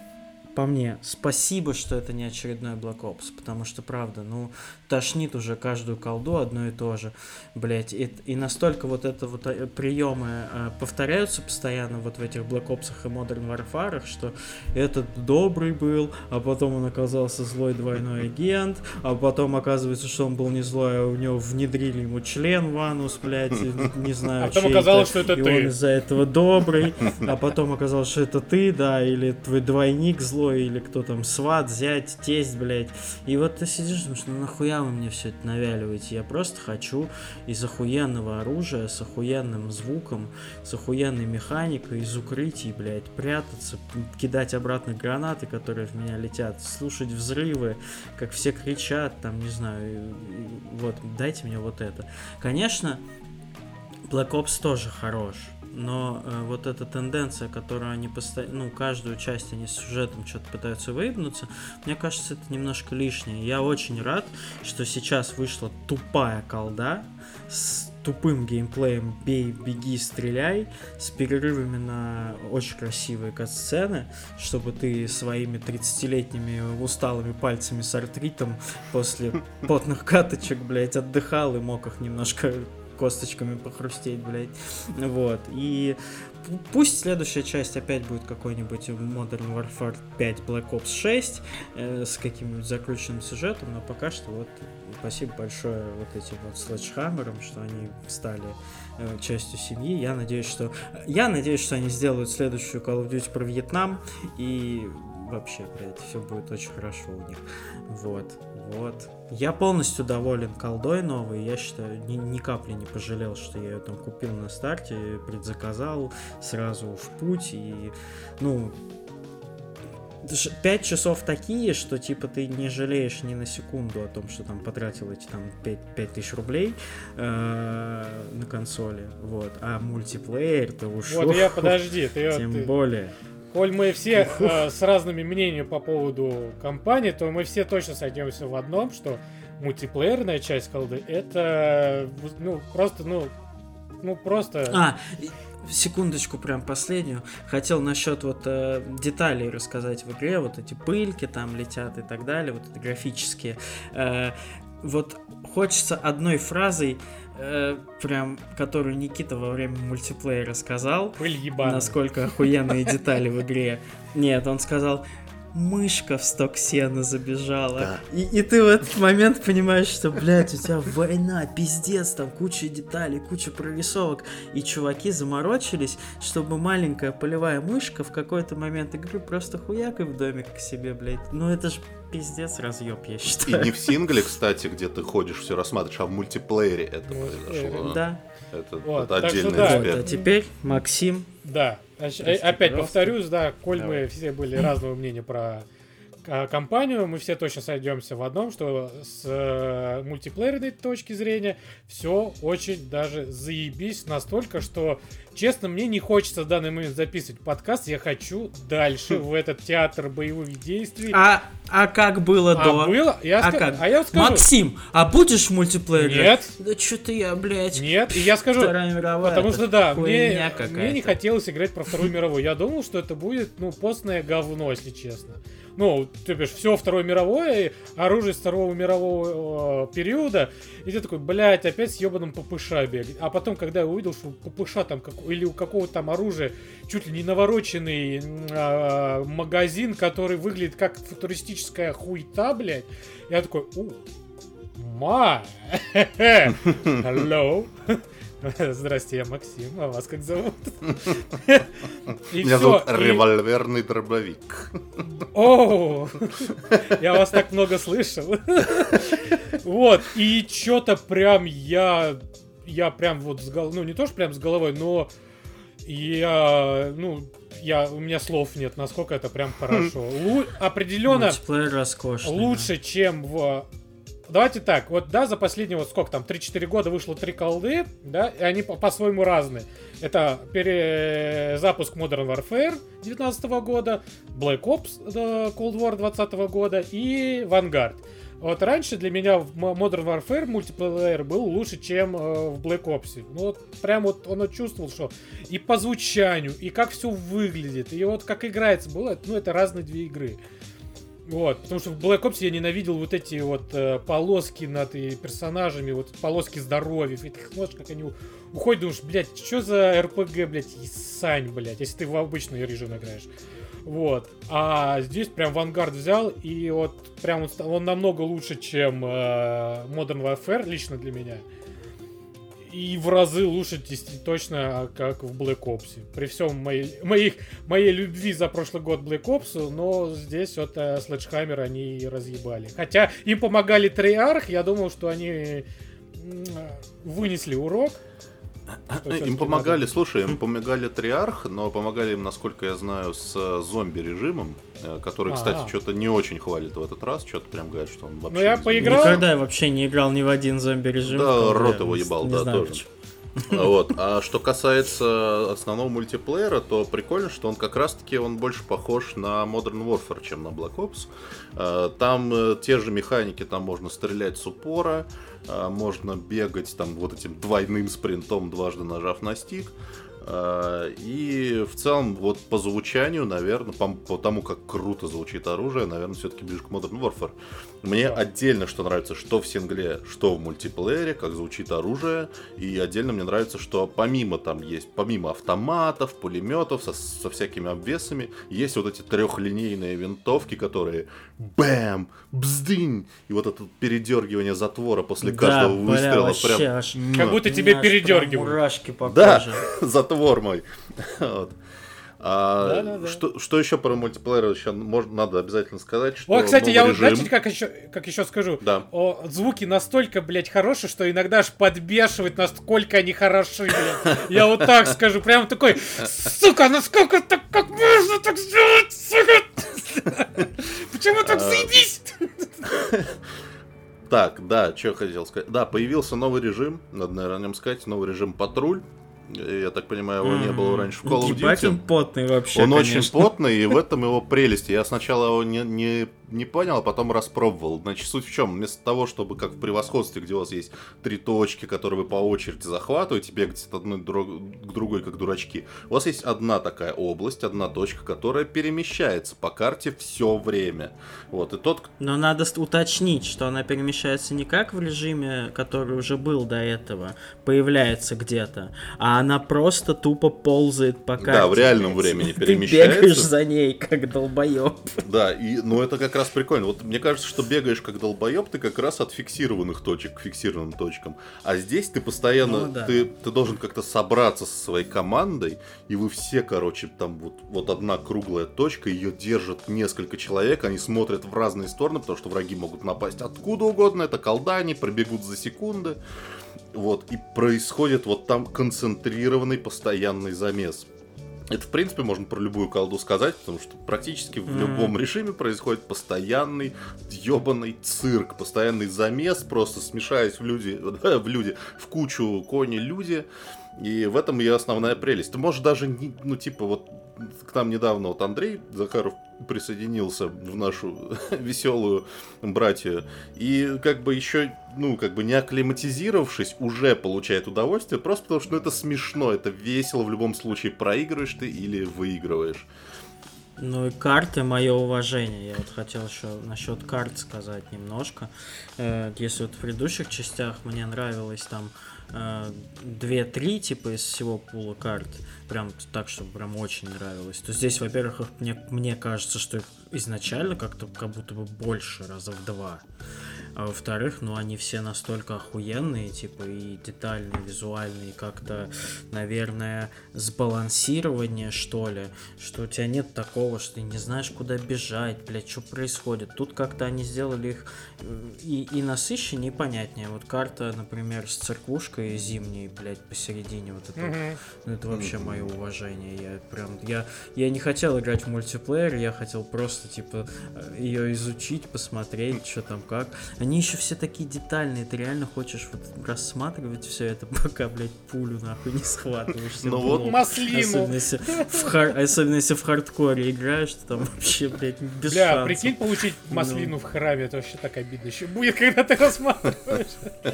Speaker 2: спасибо, что это не очередной Black Ops, потому что, правда, ну, тошнит уже каждую колду одно и то же, блять, и настолько вот это вот приемы повторяются постоянно вот в этих Black Ops'ах и Modern Warfare'ах, что этот добрый был, а потом он оказался злой двойной агент, а потом оказывается, что он был не злой, а у него внедрили ему член в анус, блять, не знаю,
Speaker 3: а потом оказалось, что это
Speaker 2: и
Speaker 3: ты.
Speaker 2: Он из-за этого добрый, а потом оказалось, что это ты, да, или твой двойник злой, или кто там, сват, зять, тесть, блять. И вот ты сидишь, думаешь, ну нахуя вы мне все это навяливаете? Я просто хочу из охуенного оружия, с охуенным звуком, с охуенной механикой, из укрытий, блять, прятаться, кидать обратно гранаты, которые в меня летят, слушать взрывы, как все кричат, там, не знаю, вот, дайте мне вот это. Конечно, Black Ops тоже хорош. Но вот эта тенденция, которую они постоянно, ну, каждую часть они с сюжетом что-то пытаются выебнуться, мне кажется, это немножко лишнее. Я очень рад, что сейчас вышла тупая колда с тупым геймплеем «бей, беги, стреляй», с перерывами на очень красивые кат-сцены, чтобы ты своими 30-летними усталыми пальцами с артритом после потных каточек, блять, отдыхал и мог их немножко косточками похрустеть, блядь. Вот. И пусть следующая часть опять будет какой-нибудь Modern Warfare 5 Black Ops 6 с каким-нибудь закрученным сюжетом, но пока что вот спасибо большое вот этим вот Sledgehammer'ам, что они стали частью семьи. Я надеюсь, что они сделают следующую Call of Duty про Вьетнам, и вообще, блядь, все будет очень хорошо у них. Вот. Я полностью доволен колдой новой. Я считаю, ни капли не пожалел, что я ее там купил на старте, предзаказал, сразу в путь. И, ну, 5 часов такие, что типа ты не жалеешь ни на секунду о том, что там потратил эти там 5000 рублей на консоли. Вот. А мультиплеер-то ушел.
Speaker 3: Вот я, подожди,
Speaker 2: тем более.
Speaker 3: Коль мы все с разными мнениями по поводу компании, то мы все точно сойдемся в одном, что мультиплеерная часть колды это просто.
Speaker 2: Секундочку, прям последнюю. Хотел насчет вот деталей рассказать в игре, вот эти пыльки там летят и так далее, вот это графические. Вот хочется одной фразой, прям, которую Никита во время мультиплеера сказал,
Speaker 3: пыль ебаная,
Speaker 2: насколько охуенные детали в игре. Нет, он сказал: мышка в сток сена забежала. Да. И ты в этот момент понимаешь, что, блядь, у тебя война, пиздец, там куча деталей, куча прорисовок. И чуваки заморочились, чтобы маленькая полевая мышка в какой-то момент игры просто хуякой в домик к себе, блядь. Ну это ж пиздец разъеб, я считаю.
Speaker 1: И не в сингле, кстати, где ты ходишь, все рассматриваешь, а в мультиплеере это произошло.
Speaker 2: Да.
Speaker 1: Это отдельный аспект.
Speaker 2: А теперь Максим.
Speaker 3: Да. Опять повторюсь, да, коль мы все были разного мнения про компанию, мы все точно сойдемся в одном, что с мультиплеерной точки зрения все очень даже заебись настолько, что, честно, мне не хочется в данный момент записывать подкаст, я хочу дальше в этот театр боевых действий.
Speaker 2: А как было до?
Speaker 3: Было? Я
Speaker 2: скажу.
Speaker 3: Максим,
Speaker 2: а будешь в мультиплеере?
Speaker 3: Нет.
Speaker 2: Да что-то я, блядь.
Speaker 3: Нет, и я скажу,
Speaker 2: Вторая мировая,
Speaker 3: потому что, да, мне
Speaker 2: какая-то.
Speaker 3: не хотелось играть про Вторую мировую. Я думал, что это будет, постное говно, если честно. Ну, то бишь, все Второе мировое, оружие Второго мирового периода, и ты такой, блядь, опять с ебаным ППШ бегать. А потом, когда я увидел, что у ППШ там, или у какого-то там оружия чуть ли не навороченный магазин, который выглядит как футуристическая хуйта, блядь, я такой, hello. Здрасте, я Максим, а вас как зовут?
Speaker 1: Меня зовут револьверный дробовик.
Speaker 3: О, я вас так много слышал. Вот, и что-то прям я прям вот с головой, не то что прям с головой, но у меня слов нет, насколько это прям хорошо. Определенно лучше, чем в... Давайте так, вот, да, за последние, сколько там, 3-4 года вышло 3 колды, да, и они по-своему разные. Это перезапуск Modern Warfare 2019 года, Black Ops Cold War 2020 года и Vanguard. Вот раньше для меня в Modern Warfare мультиплеер был лучше, чем в Black Ops. Ну вот прям вот он чувствовал, что и по звучанию, и как все выглядит, и вот как играется было, это разные две игры. Вот, потому что в Black Ops я ненавидел вот эти вот полоски над персонажами, вот полоски здоровья, и ты смотришь, как они уходят, думаешь, блядь, что за РПГ, блядь, Сань, блядь, если ты в обычный режим играешь. Вот, а здесь прям Vanguard взял, и вот прям он намного лучше, чем Modern Warfare, лично для меня. И в разы лучше точно, как в Black Ops. При всем моей любви за прошлый год Black Ops, но здесь вот Sledgehammer они разъебали. Хотя им помогали Treyarch, я думал, что они вынесли урок.
Speaker 1: Им помогали, слушай, им помогали Treyarch, но помогали им, насколько я знаю, с зомби-режимом, который, кстати, что-то не очень хвалит в этот раз, что-то прям говорит, что он вообще...
Speaker 3: Ну, я поиграл...
Speaker 2: Никогда я вообще не играл ни в один зомби-режим.
Speaker 1: Да, рот его ебал, да, тоже. Вот. А что касается основного мультиплеера, то прикольно, что он как раз-таки он больше похож на Modern Warfare, чем на Black Ops. Там те же механики, там можно стрелять с упора, можно бегать там вот этим двойным спринтом, дважды нажав на стик. И в целом, вот по звучанию, наверное, по тому, как круто звучит оружие, наверное, все-таки ближе к Modern Warfare. Мне отдельно что нравится, что в сингле, что в мультиплеере, как звучит оружие. И отдельно мне нравится, что помимо автоматов, пулеметов со всякими обвесами, есть вот эти трехлинейные винтовки, которые бэм, бздынь, и вот это передергивание затвора после каждого выстрела. Прям...
Speaker 3: Как будто тебе передергивают.
Speaker 2: Мурашки по
Speaker 1: да,
Speaker 2: коже.
Speaker 1: Затвор мой. Вот.
Speaker 3: Да.
Speaker 1: Что еще про мультиплеер еще надо обязательно сказать? Что
Speaker 3: кстати, я вот, знаете, как еще скажу?
Speaker 1: Да.
Speaker 3: Звуки настолько, блядь, хорошие, что иногда аж подбешивает, насколько они хороши, блядь. Я вот так скажу, прям такой, сука, насколько так, как можно так сделать, сука? Почему так заебись?
Speaker 1: Так, да, что я хотел сказать. Да, появился новый режим, надо, наверное, о нем сказать, новый режим патруль. Я так понимаю, его не было раньше в Call of Duty.
Speaker 2: Он потный вообще,
Speaker 1: он
Speaker 2: конечно.
Speaker 1: очень потный, и в этом его прелесть. Я сначала его не понял, а потом распробовал. Значит, суть в чем? Вместо того, чтобы как в превосходстве, где у вас есть 3 точки, которые вы по очереди захватываете, бегаете от одной к другой, как дурачки, у вас есть одна такая область, одна точка, которая перемещается по карте все время. Вот, и
Speaker 2: Но надо уточнить, что она перемещается не как в режиме, который уже был до этого, появляется где-то, а она просто тупо ползает по карте.
Speaker 1: Да, в реальном времени перемещается.
Speaker 2: Ты бегаешь за ней, как долбоеб.
Speaker 1: Да, это как раз прикольно. Вот мне кажется, что бегаешь как долбоеб, ты как раз от фиксированных точек к фиксированным точкам. А здесь ты постоянно, ты должен как-то собраться со своей командой, и вы все, там вот одна круглая точка, ее держат несколько человек, они смотрят в разные стороны, потому что враги могут напасть откуда угодно, это колда, они пробегут за секунды. Вот, и происходит вот там концентрированный постоянный замес. Это, в принципе, можно про любую колду сказать, потому что практически в любом режиме происходит постоянный ёбаный цирк, постоянный замес, просто смешаясь в кучу кони-люди. И в этом ее основная прелесть. Ты можешь даже, вот к нам недавно вот Андрей Захаров присоединился в нашу веселую братью. И как бы еще, не акклиматизировавшись, уже получает удовольствие, просто потому что это смешно, это весело, в любом случае проигрываешь ты или выигрываешь.
Speaker 2: Ну и карты, мое уважение. Я вот хотел еще насчет карт сказать немножко. Если вот в предыдущих частях мне нравилось там 2-3 типа из всего пула карт, прям так, чтобы прям очень нравилось, то здесь, во-первых, мне кажется, что их изначально как будто бы больше, раза в 2. А во-вторых, они все настолько охуенные, типа, и детальные, визуальные, как-то, наверное, сбалансирование, что ли, что у тебя нет такого, что ты не знаешь, куда бежать, блядь, что происходит. Тут как-то они сделали их и насыщеннее, и понятнее. Вот карта, например, с церквушкой зимней, блядь, посередине, вот это, это вообще мое уважение. Я не хотел играть в мультиплеер, я хотел просто, типа, ее изучить, посмотреть, что там как. Они еще все такие детальные, ты реально хочешь вот рассматривать все это, пока, блядь, пулю нахуй не схватываешь.
Speaker 3: Ну вот маслину.
Speaker 2: Особенно если в хардкоре играешь, то там вообще, блядь, без шансов.
Speaker 3: Бля, прикинь, получить маслину в храме, это вообще так обидно еще будет, когда ты рассматриваешь.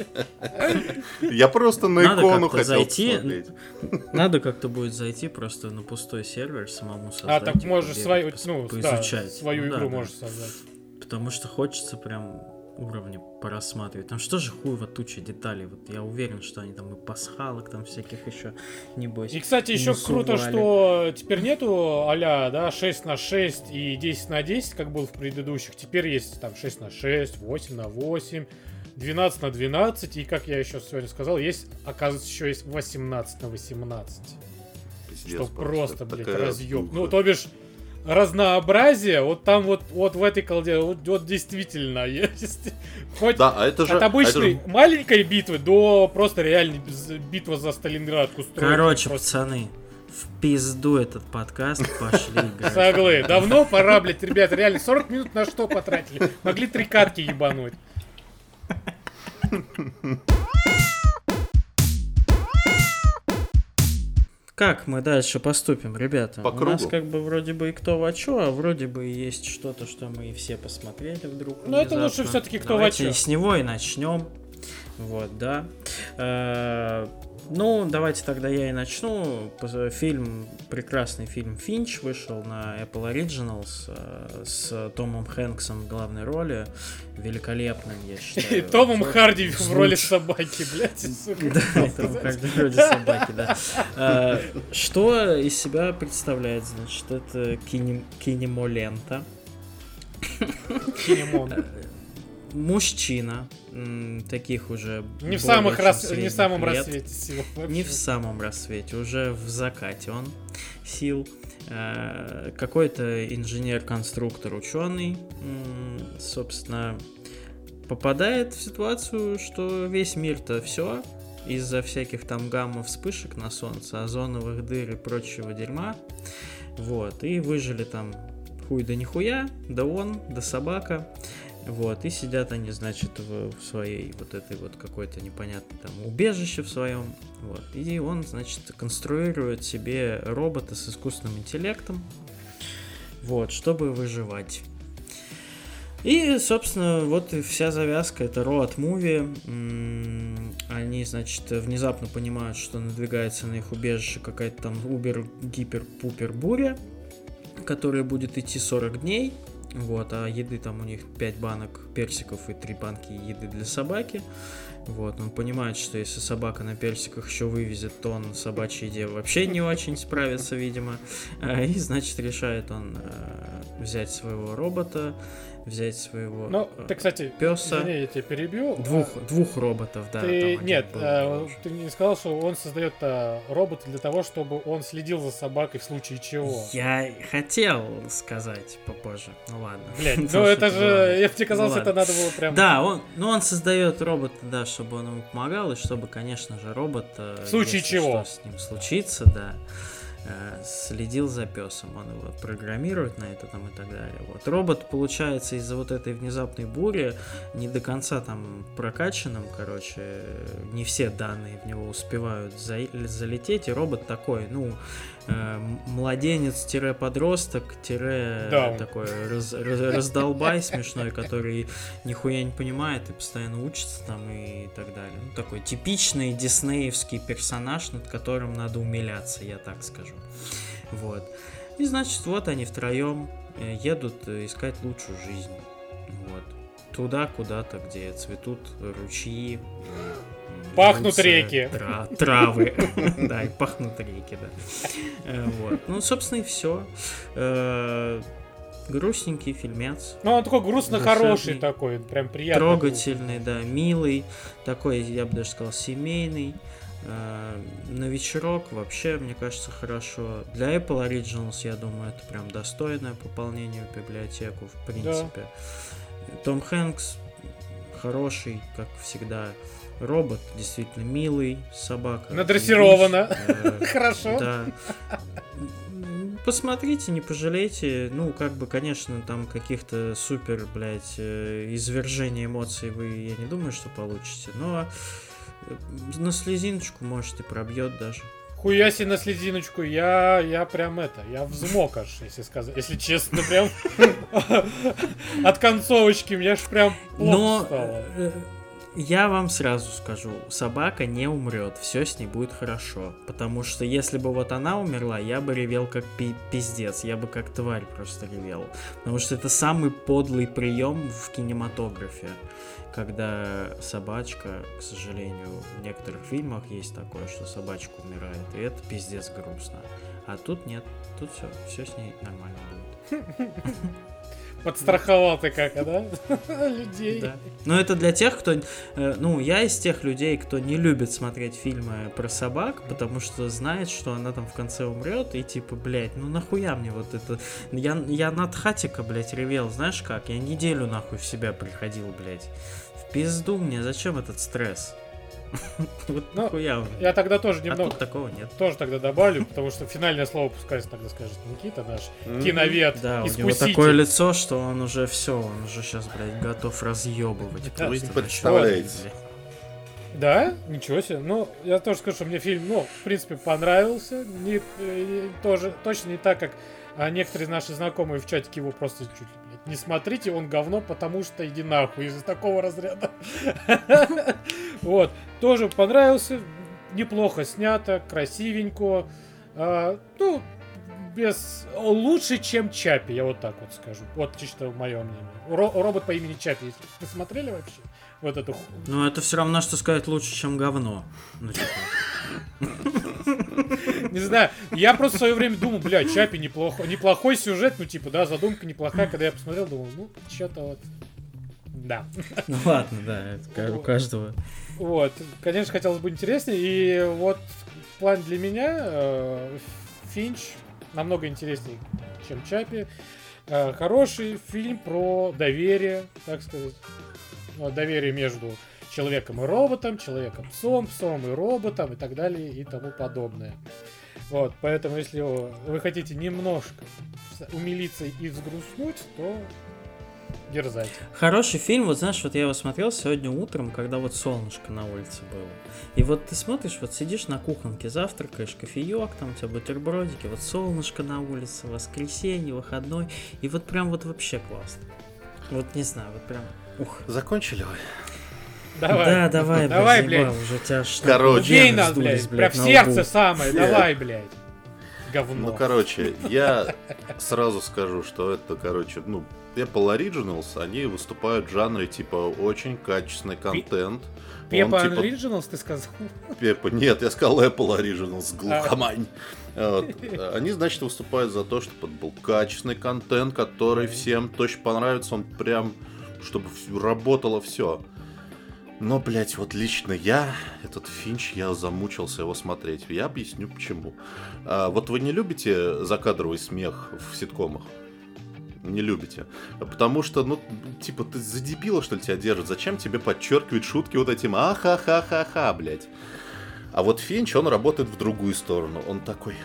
Speaker 1: Я просто на икону хотел посмотреть.
Speaker 2: Надо как-то будет зайти просто на пустой сервер, самому создать.
Speaker 3: А, так можешь свою игру можешь
Speaker 2: да.
Speaker 3: создать.
Speaker 2: Потому что хочется прям уровни порассматривать. Там что же хуево туча деталей. Вот я уверен, что они там и пасхалок там всяких еще, небось.
Speaker 3: И, кстати, еще круто, что теперь нету а-ля, да, 6х6 и 10х10, как было в предыдущих. Теперь есть там 6х6, 8х8, 12х12. И, как я еще сегодня сказал, есть, оказывается, еще есть 18х18. Что просто, блядь, разъеб. Ну, то бишь, разнообразие, вот там вот в этой колде, вот действительно есть. Хоть
Speaker 1: да, а это же,
Speaker 3: от обычной маленькой битвы до просто реальной битвы за Сталинградку.
Speaker 2: Короче, пацаны, в пизду этот подкаст, пошли играть.
Speaker 3: Соглы, давно пора, блядь, ребята, реально 40 минут на что потратили? Могли 3 катки ебануть.
Speaker 2: Как мы дальше поступим, ребята?
Speaker 1: По кругу.
Speaker 2: У нас как бы вроде бы и кто во чё, а вроде бы есть что-то, что мы все посмотрели вдруг.
Speaker 3: Но это лучше все-таки кто во чё.
Speaker 2: Давайте с него и начнем. Вот, да. Давайте тогда я и начну. Прекрасный фильм «Финч» вышел на Apple Originals с Томом Хэнксом в главной роли. Великолепным, я считаю.
Speaker 3: И Томом Харди в роли собаки, блядь.
Speaker 2: Да, и Томом Харди в роли собаки, да. Что из себя представляет, значит, это кинемолента.
Speaker 3: Кинемон.
Speaker 2: Мужчина, таких уже
Speaker 3: не в самом рассвете сил.
Speaker 2: Не в самом рассвете, уже в закате он сил. Какой-то инженер-конструктор, ученый, собственно, попадает в ситуацию, что весь мир-то все из-за всяких там гамма-вспышек на солнце, озоновых дыр и прочего дерьма. Вот, и выжили там хуй да нихуя, да он, да собака. Вот, и сидят они, значит, в своей вот этой вот какой-то непонятной там убежище в своем. Вот, и он, значит, конструирует себе робота с искусственным интеллектом, вот, чтобы выживать. И, собственно, вот и вся завязка, это роад-муви. Они, значит, внезапно понимают, что надвигается на их убежище какая-то там убер-гипер-пупер-буря, которая будет идти 40 дней. Вот, а еды там у них 5 банок персиков и 3 банки еды для собаки. Вот, он понимает, что если собака на персиках еще вывезет, то он собачьей еде вообще не очень справится, видимо. И, значит, решает он взять своего робота, взять своего
Speaker 3: ты, кстати,
Speaker 2: пёса.
Speaker 3: Извини, я тебя перебью.
Speaker 2: Двух роботов, да.
Speaker 3: Нет, ты не сказал, что он создает робота для того, чтобы он следил за собакой в случае чего.
Speaker 2: Я хотел сказать попозже. Ну ладно.
Speaker 3: Блядь, это же, я тебе казалось, это надо было прям...
Speaker 2: Да, он создает робота, да, чтобы он ему помогал, и чтобы, конечно же, робот...
Speaker 3: В случае чего?
Speaker 2: Что с ним случится, да. следил за песом, он его программирует на это там и так далее. Вот. Робот, получается, из-за вот этой внезапной бури не до конца там прокачанным, короче, не все данные в него успевают залететь, и робот такой, ну, младенец-подросток, такой раздолбай смешной, который нихуя не понимает и постоянно учится там и так далее. Ну, такой типичный диснеевский персонаж, над которым надо умиляться, я так скажу. Вот. И значит, вот они втроем едут искать лучшую жизнь. Вот. Туда, куда-то, где цветут ручьи,
Speaker 3: пахнут реки.
Speaker 2: Травы. Да, и пахнут реки, да. Вот. Ну, собственно, и все. Грустненький фильмец.
Speaker 3: Ну, он такой грустно-хороший такой, прям приятный.
Speaker 2: Трогательный, да, милый. Такой, я бы даже сказал, семейный. На вечерок вообще, мне кажется, хорошо. Для Apple Originals, я думаю, это прям достойное пополнение в библиотеку, в принципе. Да. Том Хэнкс хороший, как всегда. Робот действительно милый, собака.
Speaker 3: Надрессирована. Хорошо.
Speaker 2: Да. Посмотрите, не пожалейте. Ну, как бы, конечно, там каких-то супер, блядь, извержений эмоций вы, я не думаю, что получите. Но на слезиночку, может, и пробьет даже.
Speaker 3: Хуя себе на слезиночку, я прям я взмок аж, если честно, прям от концовочки, мне аж прям плохо стало.
Speaker 2: Я вам сразу скажу, собака не умрет, все с ней будет хорошо. Потому что если бы вот она умерла, я бы ревел как пиздец, я бы как тварь просто ревел. Потому что это самый подлый прием в кинематографе. Когда собачка, к сожалению, в некоторых фильмах есть такое, что собачка умирает, и это пиздец грустно. А тут нет, тут все с ней нормально будет.
Speaker 3: Подстраховал ты как, да? Людей.
Speaker 2: Да. Но это для тех, кто... Ну, я из тех людей, кто не любит смотреть фильмы про собак, потому что знает, что она там в конце умрет, и типа, блядь, ну нахуя мне вот это... Я над Хатика, блядь, ревел, знаешь как? Я неделю нахуй в себя приходил, блядь. В пизду мне, зачем этот стресс? Вот нахуя.
Speaker 3: Я тогда тоже немного...
Speaker 2: А тут такого нет.
Speaker 3: Тоже тогда добавлю, потому что финальное слово пускай тогда скажет Никита, наш киновед,
Speaker 2: да,
Speaker 3: искуситель.
Speaker 2: У него такое лицо, что он уже все, он уже сейчас, блядь, готов разъебывать.
Speaker 1: Вы не представляете.
Speaker 3: Да? Ничего себе. Ну, я тоже скажу, что мне фильм, в принципе, понравился. Тоже, точно не так, как некоторые наши знакомые в чатике его просто чуть ли, блядь, не смотрите, он говно, потому что иди нахуй из такого разряда. Вот. Тоже понравился. Неплохо снято, красивенько. Ну, лучше, чем Чаппи, я вот так вот скажу. Вот чисто мое мнение. Робот по имени Чаппи, если вы смотрели вообще? Вот эту...
Speaker 2: Ну, это все равно, что сказать лучше, чем говно. Ну, типа...
Speaker 3: Не знаю, я просто в свое время думал, блядь, Чаппи неплохой сюжет, ну, типа, да, задумка неплохая. Когда я посмотрел, думал, ну, что-то вот... Да.
Speaker 2: Ну, ладно, да, это у каждого.
Speaker 3: Вот, конечно, хотелось бы интереснее. И вот в плане для меня Финч намного интереснее, чем Чаппи. Хороший фильм про доверие, так сказать. Доверие между человеком и роботом, человеком-псом, псом и роботом и так далее и тому подобное. Вот, поэтому если вы хотите немножко умилиться и взгрустнуть, то дерзайте.
Speaker 2: Хороший фильм, вот знаешь, вот я его смотрел сегодня утром, когда вот солнышко на улице было. И вот ты смотришь, вот сидишь на кухонке, завтракаешь, кофеек, там у тебя бутербродики, вот солнышко на улице, воскресенье, выходной, и вот прям вот вообще классно. Вот не знаю, вот прям... Ух.
Speaker 1: Закончили вы?
Speaker 3: Давай.
Speaker 2: Да, давай,
Speaker 3: блядь.
Speaker 2: Уже тебя
Speaker 3: Убей нас, блядь. Прям в сердце самое. Давай, блядь. Говно.
Speaker 1: Ну, короче, я сразу скажу, что это, короче, Apple Originals, они выступают в жанре, типа, очень качественный контент.
Speaker 3: Peppa Originals, ты сказал?
Speaker 1: Peppa, нет, я сказал Apple Originals, глухомань. Они, значит, выступают за то, чтобы был качественный контент, который всем точно понравится, он прям, чтобы работало все. Но, блять, вот лично этот Финч, я замучился его смотреть. Я объясню почему. Вот вы не любите закадровый смех в ситкомах? Не любите. Потому что, типа, ты за дебила, что ли, тебя держат? Зачем тебе подчеркивать шутки вот этим ахахахаха, блять? А вот Финч, он работает в другую сторону. Он такой,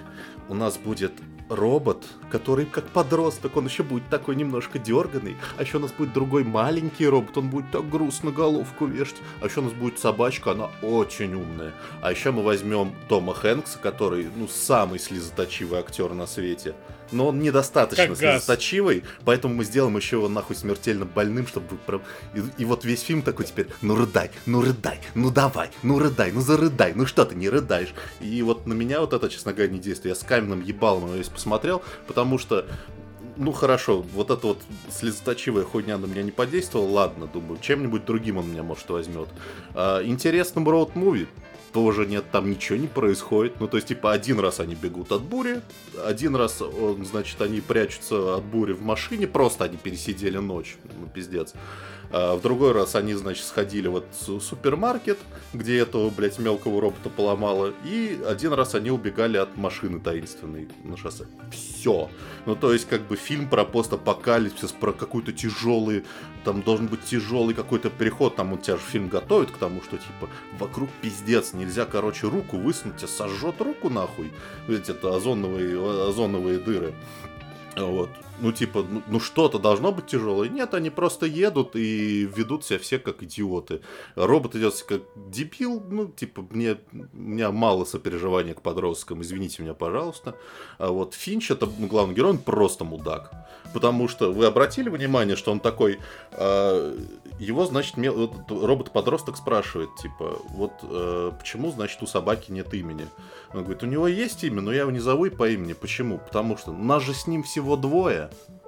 Speaker 1: у нас будет робот, который как подросток, он еще будет такой немножко дерганый, а еще у нас будет другой маленький робот, он будет так грустно головку вешать, а еще у нас будет собачка, она очень умная, а еще мы возьмем Тома Хэнкса, который, самый слезоточивый актер на свете, но он недостаточно слезоточивый, поэтому мы сделаем еще его нахуй смертельно больным, чтобы прям... И вот весь фильм такой теперь, рыдай, давай, рыдай, зарыдай, что ты не рыдаешь? И вот на меня вот это, честно говоря, не действует. Я с каменным ебалом весь посмотрел, потому что, хорошо, вот эта вот слезоточивая хуйня на меня не подействовала, ладно, думаю, чем-нибудь другим он меня, может, возьмет. Интересным роуд-муви тоже нет, там ничего не происходит. То есть, один раз они бегут от бури, один раз, они прячутся от бури в машине, просто они пересидели ночь, пиздец. В другой раз они, сходили в супермаркет, где этого, блядь, мелкого робота поломало, и один раз они убегали от машины таинственной на шоссе. Все. То есть, фильм про постапокалипсис, про какой-то тяжелый, там должен быть тяжелый какой-то переход, там тебя же фильм готовит к тому, что, вокруг пиздец, нельзя, руку высунуть, тебя сожжет руку нахуй, ведь это озоновые дыры. Вот. Что-то должно быть тяжелое. Нет, они просто едут и ведут себя все как идиоты. Робот идет как дебил. У меня мало сопереживания к подросткам. Извините меня, пожалуйста. А вот Финч, это главный герой, он просто мудак. Потому что вы обратили внимание, что он такой... его, робот-подросток спрашивает, почему, у собаки нет имени? Он говорит, у него есть имя, но я его не зову по имени. Почему? Потому что нас же с ним всего 2.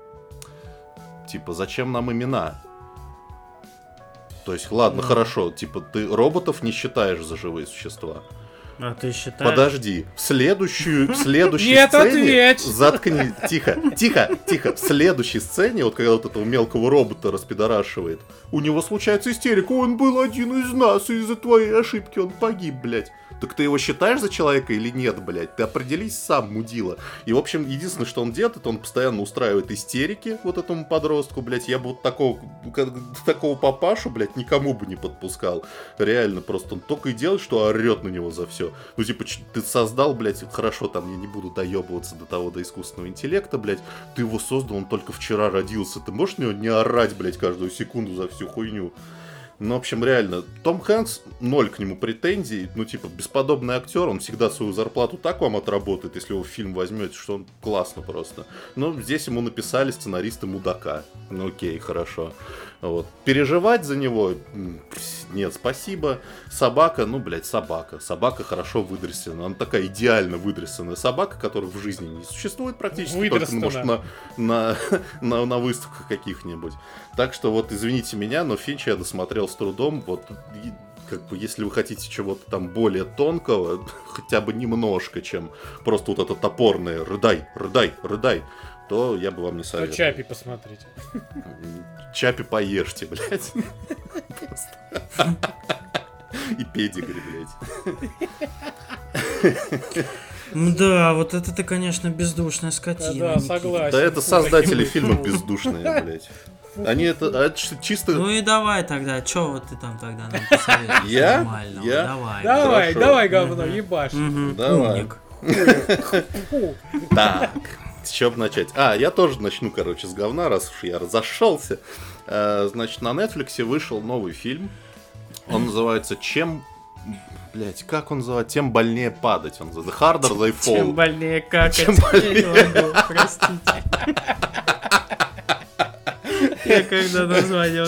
Speaker 1: Зачем нам имена? То есть, ладно, хорошо, ты роботов не считаешь за живые существа.
Speaker 2: А ты считаешь?
Speaker 1: Подожди, в следующей
Speaker 3: Нет,
Speaker 1: сцене...
Speaker 3: ответь!
Speaker 1: Заткни, тихо. В следующей сцене, когда вот этого мелкого робота распидорашивает, у него случается истерика, он был один из нас, и из-за твоей ошибки он погиб, блядь. Так ты его считаешь за человека или нет, блядь? Ты определись сам, мудила. И, в общем, единственное, что он делает, это он постоянно устраивает истерики вот этому подростку, блядь. Я бы вот такого папашу, блядь, никому бы не подпускал. Реально, просто он только и делает, что орет на него за все. Ты создал, блядь, хорошо, там, я не буду доебываться до искусственного интеллекта, блядь. Ты его создал, он только вчера родился. Ты можешь на него не орать, блядь, каждую секунду за всю хуйню? В общем, реально, Том Хэнкс, 0 к нему претензий, бесподобный актер, он всегда свою зарплату так вам отработает, если его в фильм возьмете, что он классно просто. Но здесь ему написали сценаристы мудака. Окей, хорошо. Вот. Переживать за него? Нет, спасибо. Собака, собака. Собака хорошо выдрессена. Она такая идеально выдрессенная собака, которая в жизни не существует практически, только, может, на выставках каких-нибудь. Так что извините меня, но Финча я досмотрел с трудом. Если вы хотите чего-то там более тонкого, хотя бы немножко, чем просто вот это топорное рыдай, то я бы вам не советовал.
Speaker 3: То Чаппи посмотрите.
Speaker 1: Чаппи поешьте, блядь. И педигри, блядь.
Speaker 2: Да, вот это ты, конечно, бездушная скотина.
Speaker 3: Да, согласен.
Speaker 1: Да это создатели фильма бездушные, блядь. Они это чисто...
Speaker 2: И давай тогда, чё вот ты там тогда нам посоветуешь?
Speaker 1: Я?
Speaker 3: Давай, говно, ебашь.
Speaker 1: Давай. Так, с чего бы начать? Я тоже начну, с говна, раз уж я разошелся. На Netflix вышел новый фильм. Он называется как он называется? Тем больнее падать. Он называется The Harder They Fall.
Speaker 2: Чем больнее какать. Простите. Я когда название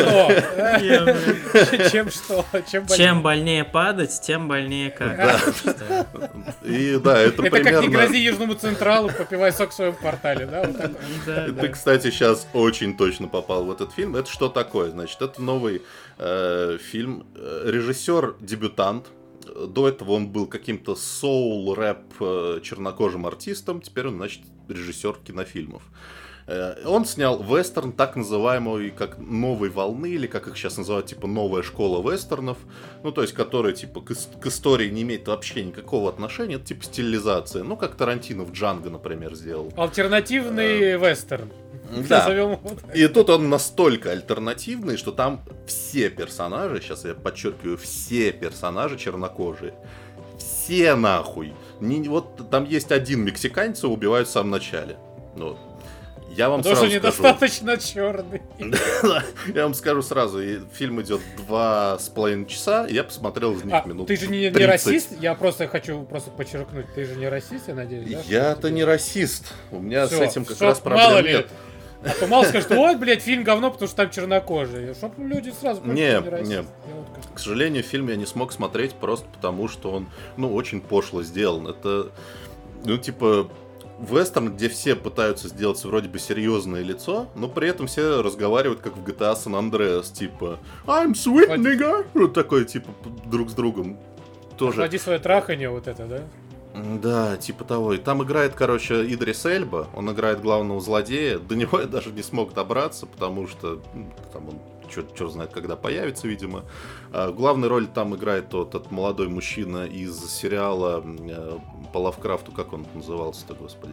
Speaker 2: Чем больнее падать, тем больнее какать.
Speaker 1: И да, это примерно...
Speaker 3: как не грози Южному Централу, попивай сок в своем квартале, да?
Speaker 1: Ты, кстати, сейчас очень точно попал в этот фильм. Это что такое? Это новый фильм. Режиссер-дебютант. До этого он был каким-то соул-рэп чернокожим артистом. Теперь он, режиссер кинофильмов. Он снял вестерн, так называемый, как новой волны, или как их сейчас называют, новая школа вестернов, то есть, которая, к истории не имеет вообще никакого отношения, это, стилизация, как Тарантино в Джанго, например, сделал.
Speaker 3: Альтернативный вестерн.
Speaker 1: Да, и тут он настолько альтернативный, что там все персонажи, сейчас я подчеркиваю, все персонажи чернокожие. все нахуй. Вот там есть один мексиканца, убивают в самом начале. Ну, я вам
Speaker 3: потому
Speaker 1: сразу
Speaker 3: что
Speaker 1: скажу.
Speaker 3: недостаточно черный.
Speaker 1: Я вам скажу сразу, фильм идет 2,5 часа, я посмотрел из них минут 30.
Speaker 3: Ты же не расист? Я просто хочу подчеркнуть, ты же не расист, я надеюсь, да?
Speaker 1: Я-то не расист. У меня
Speaker 3: всё,
Speaker 1: с этим как раз проблем нет.
Speaker 3: А то мало скажут, ой, блядь, фильм говно, потому что там чернокожие. Чтоб люди сразу поняли, что не расист.
Speaker 1: Не. К сожалению, фильм я не смог смотреть просто потому, что он, очень пошло сделан. Это, типа, вестерн, где все пытаются сделать вроде бы серьезное лицо, но при этом все разговаривают как в GTA San Andreas, типа I'm sweet nigga, вот такой, типа, друг с другом. Тоже.
Speaker 3: Охлади свое траханье, вот это, да?
Speaker 1: Да, типа того. И там играет, Идрис Эльба, он играет главного злодея. До него я даже не смог добраться, потому что там он черт знает, когда появится, видимо. В главной роли там играет тот молодой мужчина из сериала по Лавкрафту, как он назывался-то, господи.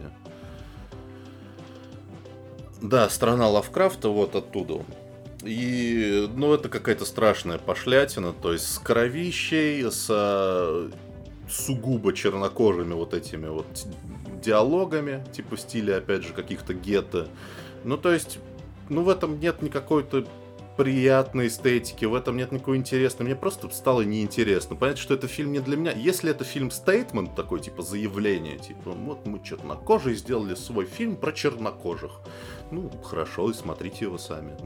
Speaker 1: Да, «Страна Лавкрафта», вот оттуда он. И, это какая-то страшная пошлятина, то есть с кровищей, с сугубо чернокожими вот этими вот диалогами, типа в стиле, опять же, каких-то гетто. То есть, в этом нет никакой-то приятной эстетики, в этом нет никакого интересного. Мне просто стало неинтересно. Понятно, что это фильм не для меня. Если это фильм-стейтмент, такой, типа, заявление, типа, вот мы чернокожие сделали свой фильм про чернокожих. Хорошо, и смотрите его сами.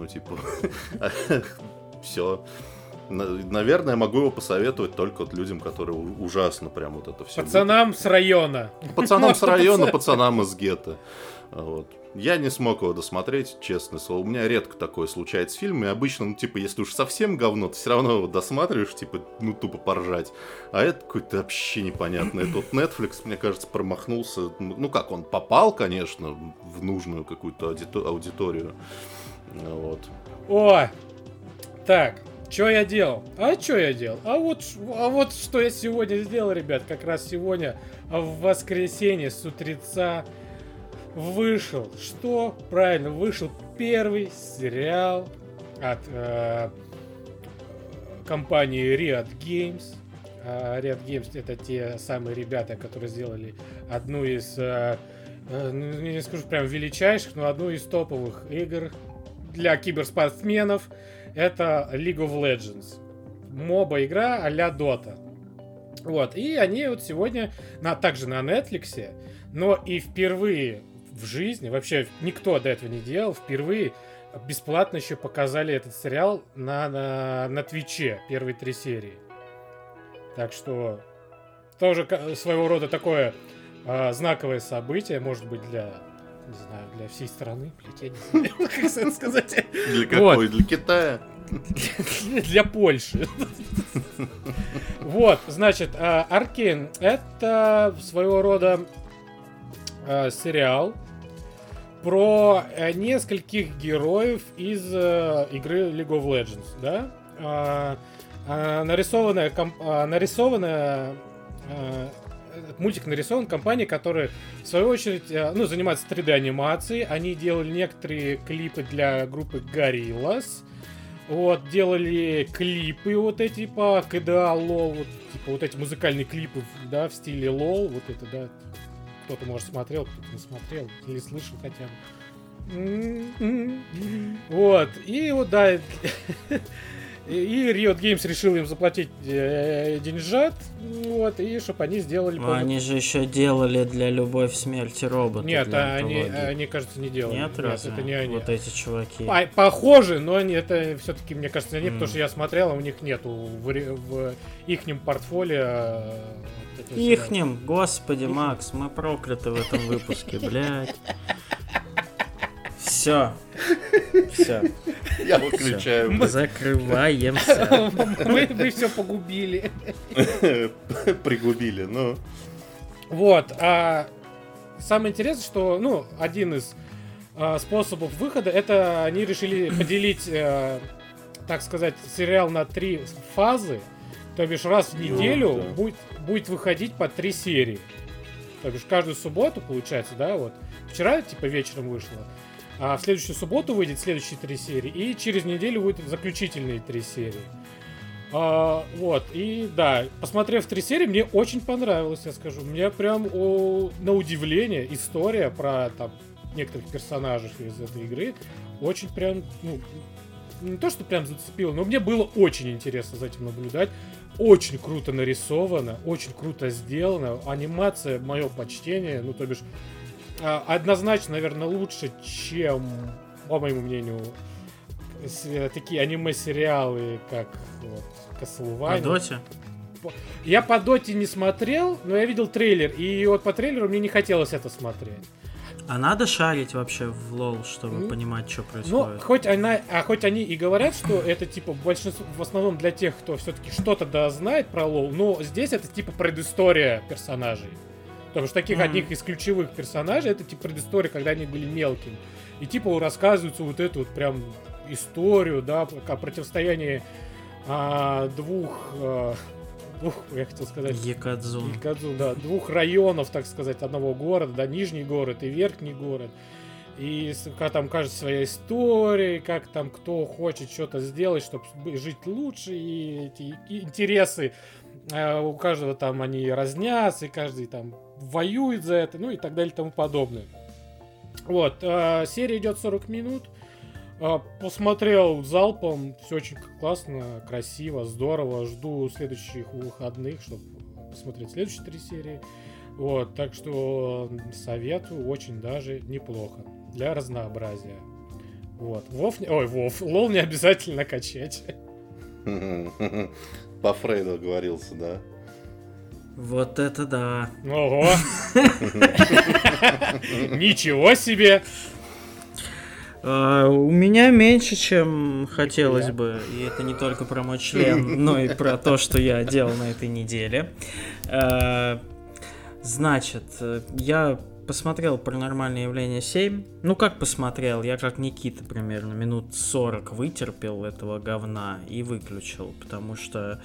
Speaker 1: Все. Наверное, могу его посоветовать только людям, которые ужасно прям вот это все.
Speaker 3: Пацанам с района.
Speaker 1: Пацанам с района, пацанам из гетто. Вот. Я не смог его досмотреть, честное слово. У меня редко такое случается с фильмами. Обычно, если уж совсем говно, ты все равно его досматриваешь, типа, тупо поржать. А это какой-то вообще непонятный. Тот Netflix, мне кажется, промахнулся. Как, он попал, конечно, в нужную какую-то аудиторию. Вот.
Speaker 3: О, так. Что я делал? А вот что я сегодня сделал, ребят. Как раз сегодня, в воскресенье, с утреца, вышел. Что? Правильно, вышел первый сериал от компании Riot Games. Riot Games — это те самые ребята, которые сделали одну из, не скажу прям величайших, но одну из топовых игр для киберспортсменов. Это League of Legends. Моба-игра а-ля Dota. Вот. И они вот сегодня также на Netflix, но и впервые в жизни, вообще никто до этого не делал, впервые бесплатно еще показали этот сериал на Твиче, первые 3 серии. Так что тоже своего рода такое знаковое событие, может быть, для всей страны, блядь, я не знаю, как это сказать.
Speaker 1: Для какой? Вот. Для Китая?
Speaker 3: Для Польши. Вот, значит, Arcane — это своего рода сериал про нескольких героев из игры League of Legends, да? Мультик нарисован компанией, которая, в свою очередь, занимается 3D-анимацией. Они делали некоторые клипы для группы Gorillaz. Вот, делали клипы вот эти по КДА, LOL, вот, типа вот эти музыкальные клипы, да, в стиле LOL, вот это, да. Кто-то, может, смотрел, кто-то не смотрел, или слышал хотя бы. Вот, и вот, да. И Riot Games решил им заплатить деньжат, вот, и чтобы они сделали...
Speaker 2: Они же еще делали для «Любовь, смерти робота».
Speaker 3: Нет, они, кажется, не делали.
Speaker 2: Нет, разве?
Speaker 3: Это не они.
Speaker 2: Вот эти чуваки.
Speaker 3: Похожи, но это все-таки, мне кажется, они, потому что я смотрел, а у них нету в ихнем портфолио...
Speaker 2: Ихнем? Господи, Макс, мы прокляты в этом выпуске, блядь. Все.
Speaker 1: Я выключаю.
Speaker 2: Мы закрываемся.
Speaker 3: Мы все погубили.
Speaker 1: Пригубили, ну.
Speaker 3: Вот. Самое интересное, что, один из способов выхода, это они решили поделить, так сказать, сериал на 3 фазы. То бишь раз в неделю будет выходить по 3 серии. То бишь каждую субботу, получается, да, вот. Вчера, типа, вечером вышло. А в следующую субботу выйдет следующие 3 серии. И через неделю выйдут заключительные 3 серии. Вот, и да, посмотрев 3 серии, мне очень понравилось, я скажу. Мне прям на удивление история про там некоторых персонажей из этой игры очень прям, ну, не то, что прям зацепило, но мне было очень интересно за этим наблюдать. Очень круто нарисовано, очень круто сделано. Анимация, мое почтение, ну, то бишь, однозначно, наверное, лучше, чем, по моему мнению, такие аниме-сериалы, как вот Castlevania.
Speaker 2: По Доте?
Speaker 3: Я по Доте не смотрел, но я видел трейлер, и вот по трейлеру мне не хотелось это смотреть.
Speaker 2: А надо шарить вообще в лол, чтобы понимать, что происходит?
Speaker 3: Ну, хоть они и говорят, что это типа большинство, в основном для тех, кто все-таки что-то да знает про лол, но здесь это типа предыстория персонажей. Потому что таких одних из ключевых персонажей это типа предыстория, когда они были мелкими. И типа рассказывается вот эту вот прям историю, да, о противостоянии двух, я хотел сказать...
Speaker 2: Якадзу,
Speaker 3: да, 2 районов, так сказать, одного города, да, нижний город и верхний город. И как там кажется своя история, как там кто хочет что-то сделать, чтобы жить лучше, и эти интересы у каждого там они разнятся, и каждый там воюет за это, ну и так далее и тому подобное. Вот, серия идет 40 минут. Посмотрел залпом, все очень классно, красиво, здорово. Жду следующих выходных, чтобы посмотреть следующие 3 серии. Вот, так что советую, очень даже неплохо для разнообразия. Вот, лол не обязательно качать.
Speaker 1: По Фрейду оговорился, да?
Speaker 2: Вот это да.
Speaker 3: Ого! Ничего себе!
Speaker 2: У меня меньше, чем хотелось бы. И это не только про мой член, но и про то, что я делал на этой неделе. Значит, я посмотрел «Паранормальное явление 7». Ну, как посмотрел? Я как Никита примерно минут 40 вытерпел этого говна и выключил, потому что...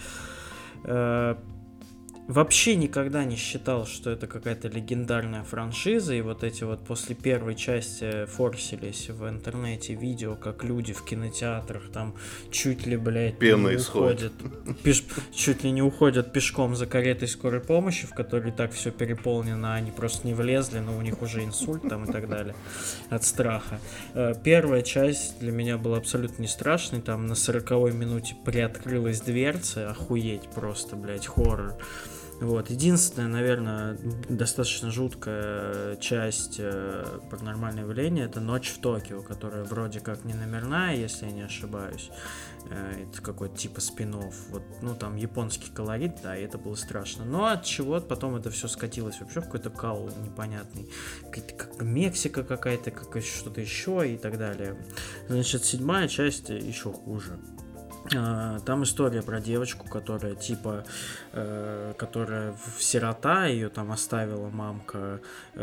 Speaker 2: Вообще никогда не считал, что это какая-то легендарная франшиза, и вот эти вот после первой части форсились в интернете видео, как люди в кинотеатрах там чуть ли, блядь,
Speaker 1: пена исходит.
Speaker 2: Чуть ли не уходят пешком за каретой скорой помощи, в которой так все переполнено, они просто не влезли, но у них уже инсульт там и так далее от страха. Первая часть для меня была абсолютно не страшной, там на 40-й минуте приоткрылась дверца, охуеть просто, блядь, хоррор. Вот. Единственная, наверное, достаточно жуткая часть «Паранормального явления» — это «Ночь в Токио», которая вроде как не номерная, если я не ошибаюсь. Это какой-то типа спин-офф. Вот, ну, там японский колорит, да, и это было страшно. Но от чего потом это все скатилось вообще в какой-то кал непонятный. Как Мексика какая-то, как что-то еще и так далее. Значит, 7-я часть еще хуже. Там история про девочку, которая типа, которая сирота, ее там оставила мамка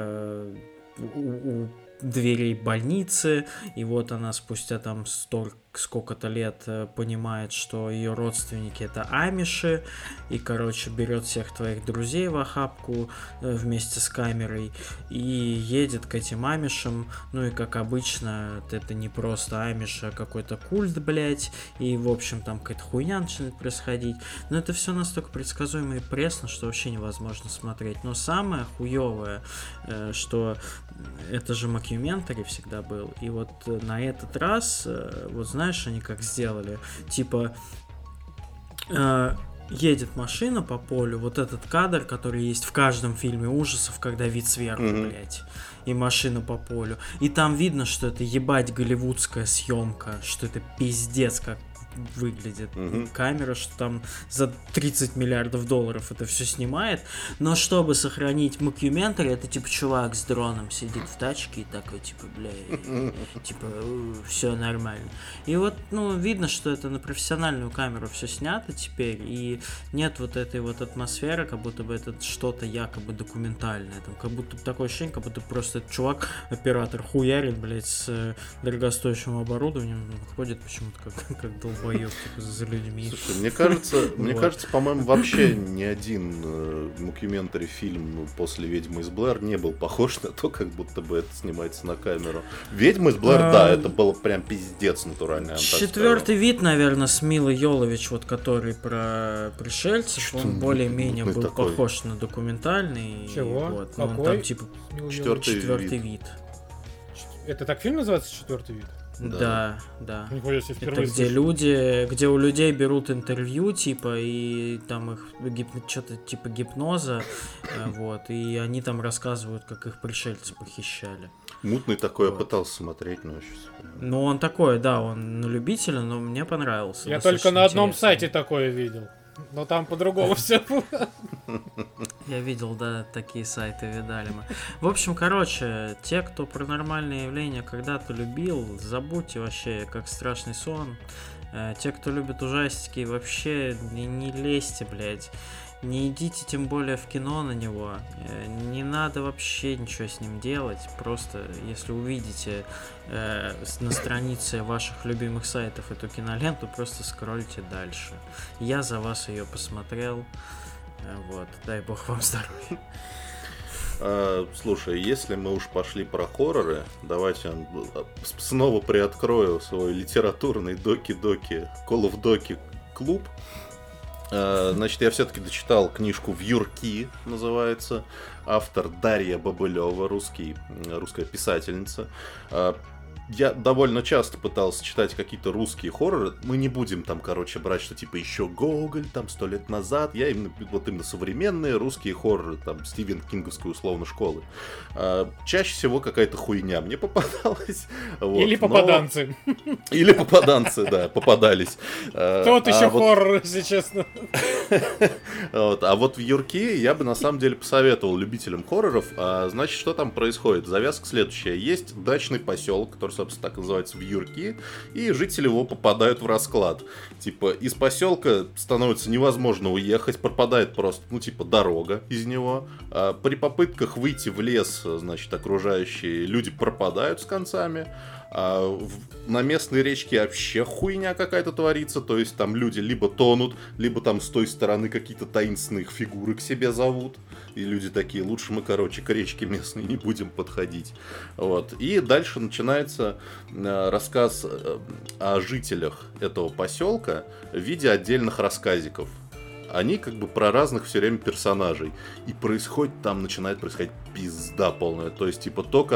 Speaker 2: у дверей больницы, и вот она спустя там сколько-то лет понимает, что ее родственники это амиши, и, короче, берет всех твоих друзей в охапку вместе с камерой и едет к этим амишам, ну и, как обычно, это не просто амиши, а какой-то культ, блять, и, в общем, там какая-то хуйня начинает происходить, но это все настолько предсказуемо и пресно, что вообще невозможно смотреть. Но самое хуевое, что это же мокюментари всегда был, и вот на этот раз, вот знаешь, они как сделали, типа едет машина по полю, вот этот кадр, который есть в каждом фильме ужасов, когда вид сверху, блять, и машина по полю, и там видно, что это ебать голливудская съемка, что это пиздец как выглядит. Камера, что там за 30 миллиардов долларов это все снимает, но чтобы сохранить мокюментари, это типа чувак с дроном сидит в тачке и такой типа, бля, типа все нормально. И вот, ну, видно, что это на профессиональную камеру все снято теперь, и нет вот этой вот атмосферы, как будто бы это что-то якобы документальное, там, как будто такое ощущение, как будто просто этот чувак, оператор, хуярит, блядь, с дорогостоящим оборудованием, ходит почему-то как долбоеб долбоёб, типа, за людьми.
Speaker 1: Слушай, мне кажется, по-моему, вообще ни один мокюментари фильм после «Ведьмы из Блэр» не был похож на то, как будто бы это снимается на камеру. «Ведьма из Блэр», да, это было прям пиздец натурально.
Speaker 2: «Четвертый вид», наверное, с Милой Йовович, вот который про пришельцев, он более-менее был похож на документальный.
Speaker 3: Чего?
Speaker 2: Вот.
Speaker 3: Какой?
Speaker 2: Он там типа
Speaker 1: «Четвертый вид».
Speaker 3: Это так фильм называется «Четвертый вид»?
Speaker 2: Да.
Speaker 3: Это где
Speaker 2: у людей берут интервью, типа, и там их что-то типа гипноза, вот, и они там рассказывают, как их пришельцы похищали.
Speaker 1: Мутный такой, я пытался смотреть, но сейчас...
Speaker 2: Ну, он такой, да, он на любителя, но мне понравился.
Speaker 3: Я только на одном сайте такое видел. Но там по-другому все было.
Speaker 2: Я видел, да, такие сайты видали мы. В общем, короче, те, кто паранормальные явления когда-то любил, забудьте вообще, как страшный сон. Те, кто любит ужастики, вообще не лезьте, блядь. Не идите тем более в кино на него. Не надо вообще ничего с ним делать. Просто, если увидите на странице ваших любимых сайтов эту киноленту, просто скроллите дальше. Я за вас ее посмотрел. Вот, дай бог вам здоровья.
Speaker 1: Слушай, если мы уж пошли про хорроры, давайте снова приоткрою свой литературный доки-доки, Call of Doki клуб. Значит, я все-таки дочитал книжку «Вьюрки», называется. Автор Дарья Бобылева, русская писательница. Я довольно часто пытался читать какие-то русские хорроры. Мы не будем там, брать, что типа еще Гоголь, там 100 лет назад. Я именно современные русские хорроры, там Стивен Кинговской условно школы. Чаще всего какая-то хуйня мне попадалась. Вот.
Speaker 3: Или попаданцы.
Speaker 1: Или попаданцы, да, попадались.
Speaker 3: Тот еще хоррор, если честно.
Speaker 1: А вот «Вьюрки» я бы на самом деле посоветовал любителям хорроров. Значит, что там происходит? Завязка следующая. Есть дачный поселок, который, собственно, так называется «Вьюрки», и жители его попадают в расклад. Типа, из поселка становится невозможно уехать, пропадает просто, дорога из него. При попытках выйти в лес, значит, окружающие люди пропадают с концами. На местной речке вообще хуйня какая-то творится, то есть там люди либо тонут, либо там с той стороны какие-то таинственных фигуры к себе зовут, и люди такие: лучше мы, к речке местной не будем подходить. Вот. И дальше начинается рассказ о жителях этого поселка в виде отдельных рассказиков. Они про разных все время персонажей. И начинает происходить пизда полная. То есть,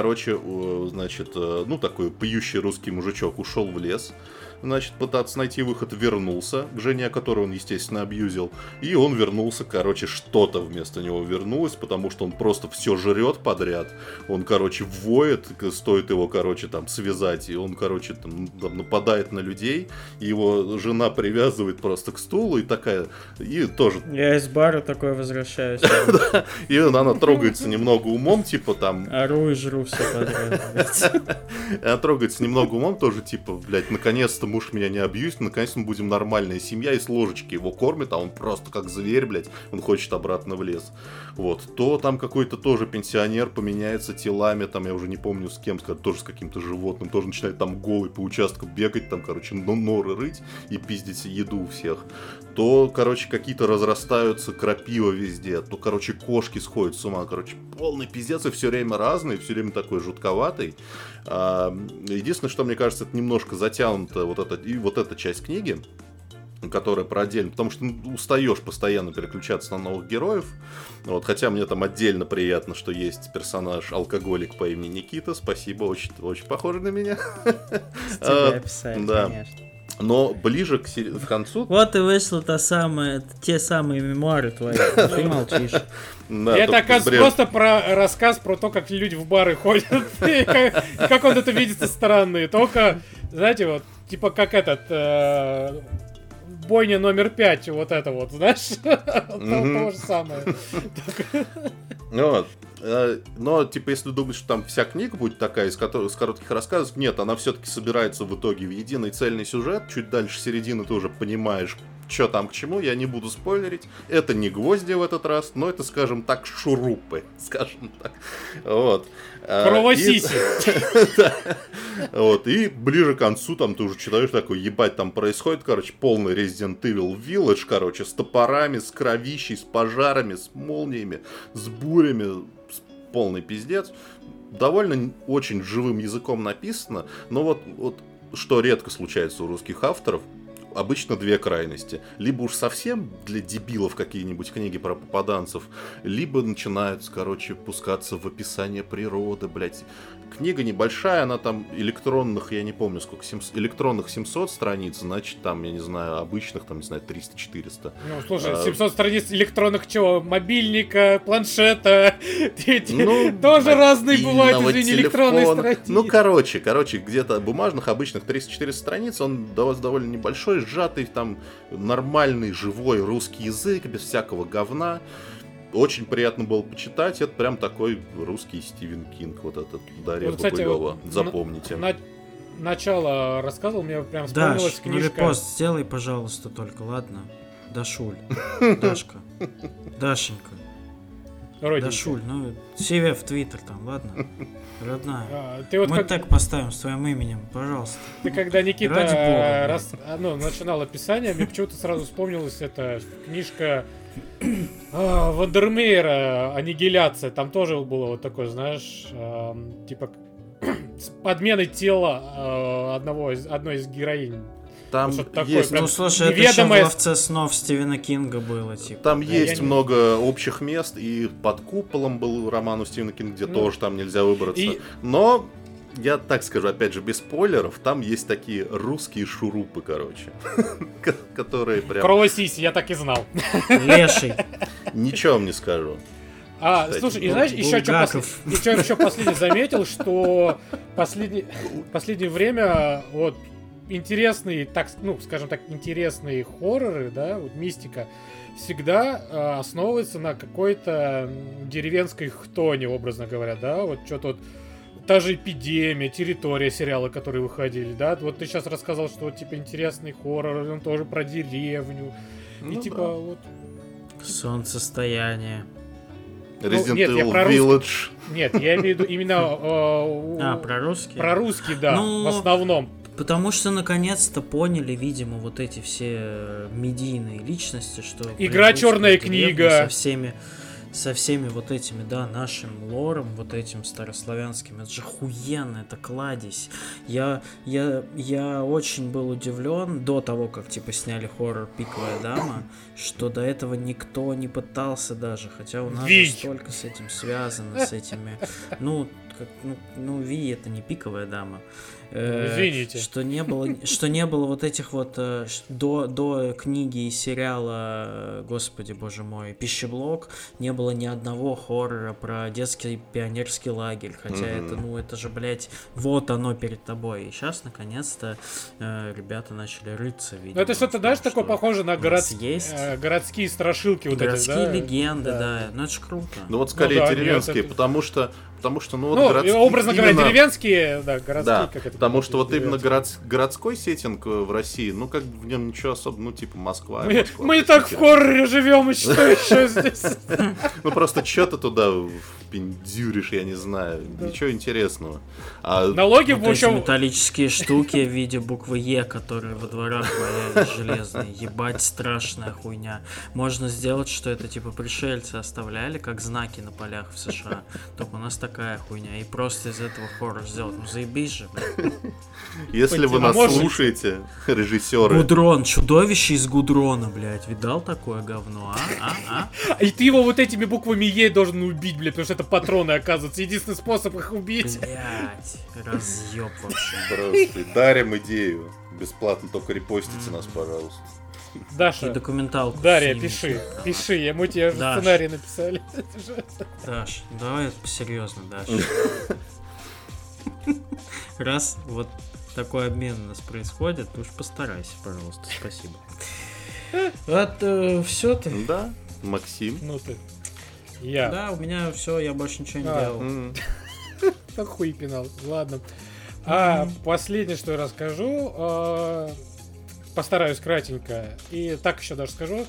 Speaker 1: такой пьющий русский мужичок ушел в лес, пытаться найти выход, вернулся к жене, которую он, естественно, абьюзил. И он вернулся, что-то вместо него вернулось, потому что он просто все жрет подряд. Он, воет, стоит его, связать, и он, нападает на людей. И его жена привязывает просто к стулу и такая... И тоже...
Speaker 2: Я из бара такой возвращаюсь.
Speaker 1: И она трогается немного умом,
Speaker 2: ору и жру все подряд.
Speaker 1: Она трогается немного умом, тоже, наконец-то муж меня не абьюзит, наконец-то мы будем нормальная семья, и с ложечки его кормит, а он просто как зверь, он хочет обратно в лес. Вот. То там какой-то тоже пенсионер поменяется телами, там я уже не помню с кем, тоже с каким-то животным, тоже начинает там голый по участку бегать, норы рыть и пиздить еду у всех. То, какие-то разрастаются, крапива везде, то, кошки сходят с ума, полный пиздец, и все время разный, все время такой жутковатый. Единственное, что мне кажется, это немножко затянуто вот эта часть книги, которая про отдельно, потому что устаешь постоянно переключаться на новых героев. Вот, хотя мне там отдельно приятно, что есть персонаж-алкоголик по имени Никита. Спасибо, очень, очень похоже на меня.
Speaker 2: С тебя описали, да. Конечно.
Speaker 1: Но ближе к концу...
Speaker 2: Вот и вышло те самые мемуары твои, ты молчишь.
Speaker 1: Да,
Speaker 3: это, оказывается, просто рассказ про то, как люди в бары ходят, и как он это видит со стороны. Только, знаете, как бойня номер 5, знаешь, то же самое.
Speaker 1: Вот. Но, если думать, что там вся книга будет такая, из коротких рассказов, нет, она все-таки собирается в итоге в единый цельный сюжет. Чуть дальше середины ты уже понимаешь, что там к чему, я не буду спойлерить. Это не гвозди в этот раз, но это, скажем так, шурупы. Скажем так. Вот.
Speaker 3: Кровосиси.
Speaker 1: Вот. И ближе к концу там ты уже читаешь такой, ебать, там происходит, короче, полный Resident Evil Village, короче, с топорами, с кровищей, с пожарами, с молниями, с бурями, с полный пиздец. Довольно очень живым языком написано, но вот что редко случается у русских авторов, обычно две крайности. Либо уж совсем для дебилов какие-нибудь книги про попаданцев, либо начинают, короче, пускаться в описание природы, блядь. Книга небольшая, она там электронных, я не помню сколько, электронных 700 страниц, значит, там, я не знаю, обычных, там, не знаю, 300-400.
Speaker 3: Ну, слушай, 700 страниц электронных чего? Мобильника, планшета, тоже разные бывают, извини, электронные страницы.
Speaker 1: Ну, короче, где-то бумажных, обычных 300-400 страниц, он довольно небольшой, сжатый, там, нормальный, живой русский язык, без всякого говна. Очень приятно было почитать. Это прям такой русский Стивен Кинг. Вот этот Дарья Бабылева. Запомните.
Speaker 3: Начало рассказывал, мне прям вспомнилась книжка.
Speaker 2: Репост сделай, пожалуйста, только, ладно? Дашуль. Дашка. Дашенька.
Speaker 3: Родненько.
Speaker 2: Дашуль, ну, себе в Твиттер там, ладно? Родная. Мы так поставим с твоим именем, пожалуйста.
Speaker 3: Ты когда, Никита, начинал описание, мне почему-то сразу вспомнилась эта книжка Вандермеера «Аннигиляция». Там тоже было вот такое, знаешь, типа с подменой тела одной из героинь.
Speaker 1: Там
Speaker 2: есть... Ну, слушай, это еще в «Ловце снов» Стивена Кинга было, типа.
Speaker 1: Там есть много общих мест, и «Под куполом» был роман у Стивена Кинга, где тоже там нельзя выбраться. Но... Я так скажу, опять же, без спойлеров, там есть такие русские шурупы, короче, которые прям...
Speaker 3: Кровосиси, я так и знал.
Speaker 2: Леший.
Speaker 1: Ничего вам не скажу.
Speaker 3: Слушай, и знаешь, еще последний заметил, что последнее время вот интересные, так, ну, скажем так, интересные хорроры, да, вот мистика, всегда основывается на какой-то деревенской хтоне, образно говоря, да, вот что-то вот. Та же «Эпидемия», «Территория», сериалы, которые выходили, да? Вот ты сейчас рассказал, что вот, типа, интересный хоррор, он тоже про деревню. И, типа, вот...
Speaker 2: Солнцестояние.
Speaker 1: Resident Evil Village.
Speaker 3: Нет, я имею в виду именно...
Speaker 2: про русский?
Speaker 3: Про русский, да, в основном.
Speaker 2: Потому что наконец-то поняли, видимо, вот эти все медийные личности, что...
Speaker 3: Игра «Черная книга».
Speaker 2: Со всеми вот этими, да, нашим лором, вот этим старославянским, это же охуенно, это кладезь. Я очень был удивлен до того, как, типа, сняли хоррор «Пиковая дама», что до этого никто не пытался даже, хотя у нас же столько с этим связано, с этими, Ви это не «Пиковая дама».
Speaker 3: Извините.
Speaker 2: Что не было вот этих вот до книги и сериала, господи боже мой, «Пищеблок», не было ни одного хоррора про детский пионерский лагерь, хотя это же, блядь, вот оно перед тобой. И сейчас, наконец-то, ребята начали рыться, видимо.
Speaker 3: Ну, это что-то, знаешь, такое похоже на городские страшилки вот эти, да?
Speaker 2: Городские легенды, да. Ну, это ж круто.
Speaker 1: Ну, вот скорее деревенские, потому что
Speaker 3: образно говоря, деревенские, да, городские,
Speaker 1: да, как это. Потому что вот именно городской сеттинг в России, ну, как бы в нем ничего особо, ну, типа Москва.
Speaker 3: Мы и так в хорроре живем, и что еще здесь?
Speaker 1: Ну, просто что ты туда впендюришь, я не знаю, ничего интересного.
Speaker 3: Налоги в общем...
Speaker 2: металлические штуки в виде буквы Е, которые во дворах валялись железные, ебать, страшная хуйня. Можно сделать, что это, типа, пришельцы оставляли, как знаки на полях в США, только у нас такая хуйня, и просто из этого хоррор сделать. Ну заебись же, блядь.
Speaker 1: Если вы нас слушаете, режиссеры.
Speaker 2: Гудрон, чудовище из Гудрона, блядь. Видал такое говно, а?
Speaker 3: И ты его вот этими буквами Е должен убить, блядь, потому что это патроны, оказывается. Единственный способ их убить.
Speaker 2: Блядь, разъеб вообще.
Speaker 1: Просто дарим идею. Бесплатно, только репостите нас, пожалуйста.
Speaker 3: Даша,
Speaker 2: и документалку.
Speaker 3: Дарья, пиши, мы тебе же сценарий написали.
Speaker 2: Даш, давай серьезно, Даш. Раз вот такой обмен у нас происходит, уж постарайся, пожалуйста, спасибо. Вот все ты.
Speaker 1: Да, Максим.
Speaker 3: Ну ты. Я.
Speaker 2: Да, у меня все, я больше ничего не делал.
Speaker 3: Так хуй пинал, ладно. Последнее, что я расскажу. постараюсь кратенько. И так еще даже скажу.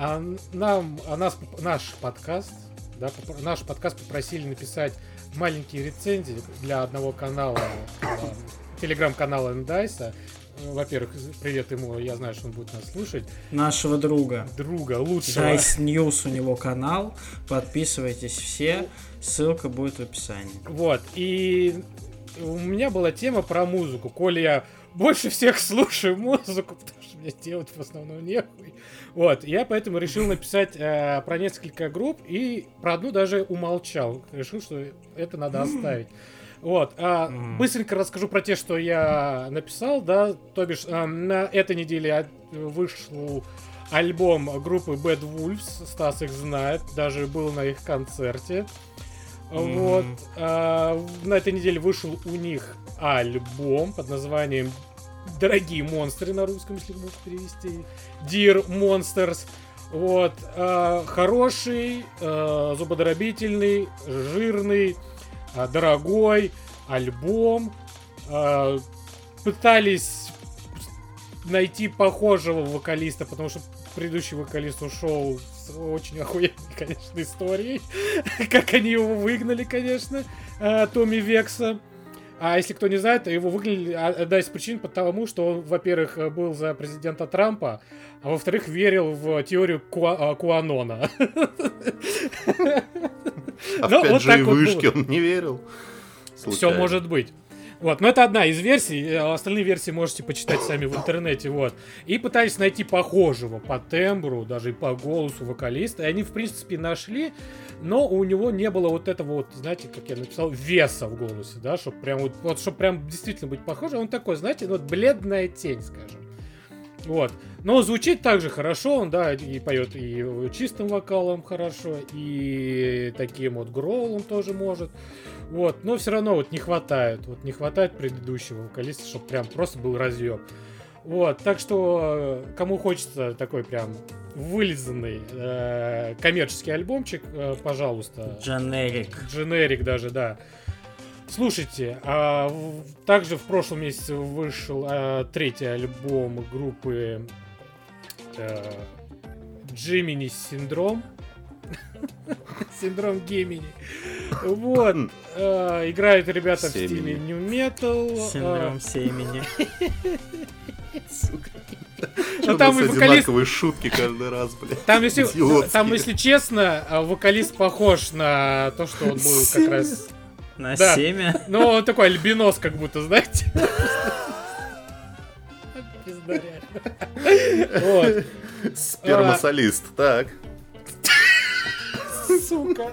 Speaker 3: Наш подкаст попросили написать маленькие рецензии для одного канала, телеграм-канала Эндайса. Во-первых, привет ему, я знаю, что он будет нас слушать.
Speaker 2: Нашего друга.
Speaker 3: Лучшего.
Speaker 2: Dice News у него канал. Подписывайтесь все. Ссылка будет в описании.
Speaker 3: Вот. И у меня была тема про музыку. Коли я больше всех слушаю музыку, потому что мне делать в основном нехуй. Вот. Я поэтому решил написать про несколько групп. И про одну даже умолчал. Решил, что это надо оставить. Вот, быстренько расскажу про те, что я написал, да, то бишь на этой неделе вышел альбом группы Bad Wolves, Стас их знает, даже был на их концерте, вот, на этой неделе вышел у них альбом под названием «Дорогие монстры» на русском, если можно перевести, Dear Monsters, вот, хороший, зубодробительный, жирный, дорогой альбом. Пытались найти похожего вокалиста, потому что предыдущий вокалист ушел с очень охуенной, конечно, историей. Как они его выгнали, конечно, Томми Векса. А если кто не знает, его выгнали одна из причин потому, что он, во-первых, был за президента Трампа, а во-вторых, верил в теорию Куанона.
Speaker 1: А в 5G и вышки он не верил?
Speaker 3: Все может быть. Вот, но это одна из версий, остальные версии можете почитать сами в интернете, вот. И пытались найти похожего по тембру, даже и по голосу вокалиста, и они, в принципе, нашли, но у него не было вот этого вот, знаете, как я написал, веса в голосе, да, чтобы прям вот чтобы прям действительно быть похожим, он такой, знаете, ну вот бледная тень, скажем. Вот. Но звучит также хорошо, он, да, и поет и чистым вокалом хорошо, и таким вот гроулом тоже может. Вот, но все равно вот не хватает предыдущего вокалиста, чтобы прям просто был разъем. Вот, так что кому хочется такой прям вылизанный коммерческий альбомчик, пожалуйста. Дженерик даже, да. Слушайте, также в прошлом месяце вышел третий альбом группы Gemini Syndrome. Синдром Гемини. Вот. Играют ребята в стиле New Metal.
Speaker 2: Синдром Семени.
Speaker 1: Ну там и одинаковые шутки каждый раз, блядь.
Speaker 3: Там, если честно, вокалист похож на то, что он был как раз...
Speaker 2: На семя?
Speaker 3: Ну, он такой альбинос, как будто, знаете. Вот.
Speaker 1: Спермосолист, так.
Speaker 3: Сука.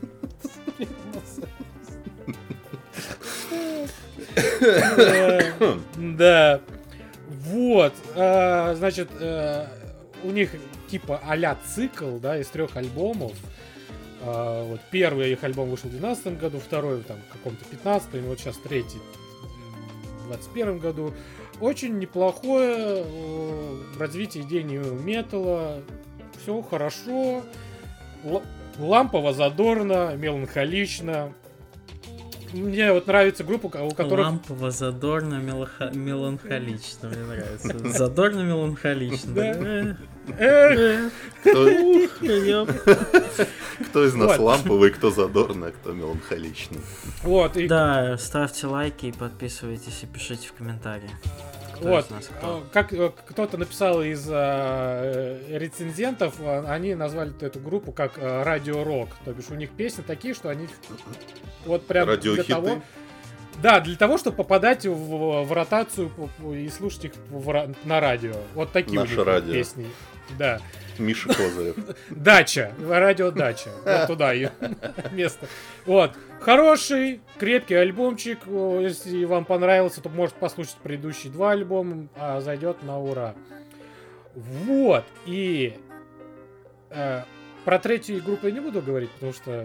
Speaker 3: Да. Вот. Значит, у них типа а-ля цикл, да, из 3 альбомов. Вот первый их альбом вышел в 2012 году, второй там в каком-то 15-м, и вот сейчас третий в 2021 году. Очень неплохое развитие идей нью-металла. Все хорошо. Лампово, задорно, меланхолично. Мне вот нравится группа, у которых...
Speaker 2: Лампово, задорно, меланхолично. Мне нравится. Задорно, меланхолично.
Speaker 1: Кто из нас ламповый, кто задорный, а кто меланхоличный.
Speaker 3: Вот.
Speaker 2: Да, ставьте лайки и подписывайтесь и пишите в комментариях.
Speaker 3: Вот, как кто-то написал из рецензентов, они назвали эту группу как радио-рок. То бишь у них песни такие, что они вот прям для того... Да, для того, чтобы попадать в ротацию и слушать их на радио. Вот такие
Speaker 1: Наше радио.
Speaker 3: Песни. Да.
Speaker 1: Миша Козырев.
Speaker 3: Дача. Радио Дача. Вот туда ее место. Вот. Хороший, крепкий альбомчик. Если вам понравился, то можете послушать предыдущие 2 альбома. А зайдет на ура. Вот. И про третью группу я не буду говорить, потому что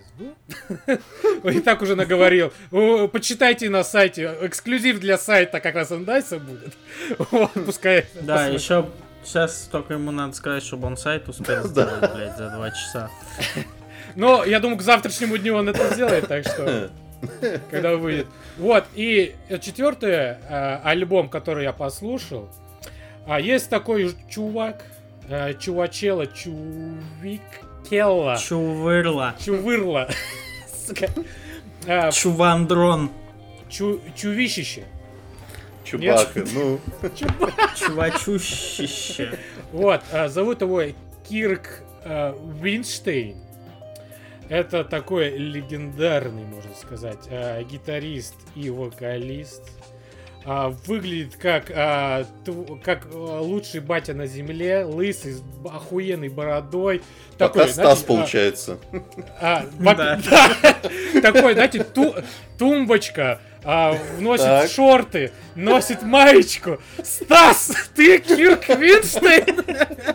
Speaker 3: и так уже наговорил. Почитайте на сайте. Эксклюзив для сайта как раз Эндайса будет. Вот, пускай.
Speaker 2: Да, еще сейчас только ему надо сказать, чтобы он сайт успел сделать, блядь, за 2 часа.
Speaker 3: Но я думаю, к завтрашнему дню он это сделает, так что когда выйдет. Вот, и 4-й альбом, который я послушал, А есть такой чувак, чувачела, чувикелла.
Speaker 2: Чувырла. Чувандрон.
Speaker 3: Чувищище.
Speaker 1: Чубака, ну.
Speaker 2: Чувачущище.
Speaker 3: Вот, зовут его Кирк Винштейн. Это такой легендарный, можно сказать, гитарист и вокалист. Выглядит как лучший батя на земле, лысый, с охуенной бородой.
Speaker 1: Пока такой, Стас, знаете, получается.
Speaker 3: Такой, знаете, тумбочка, вносит шорты, носит маечку. Стас, ты Кирк Винштейн?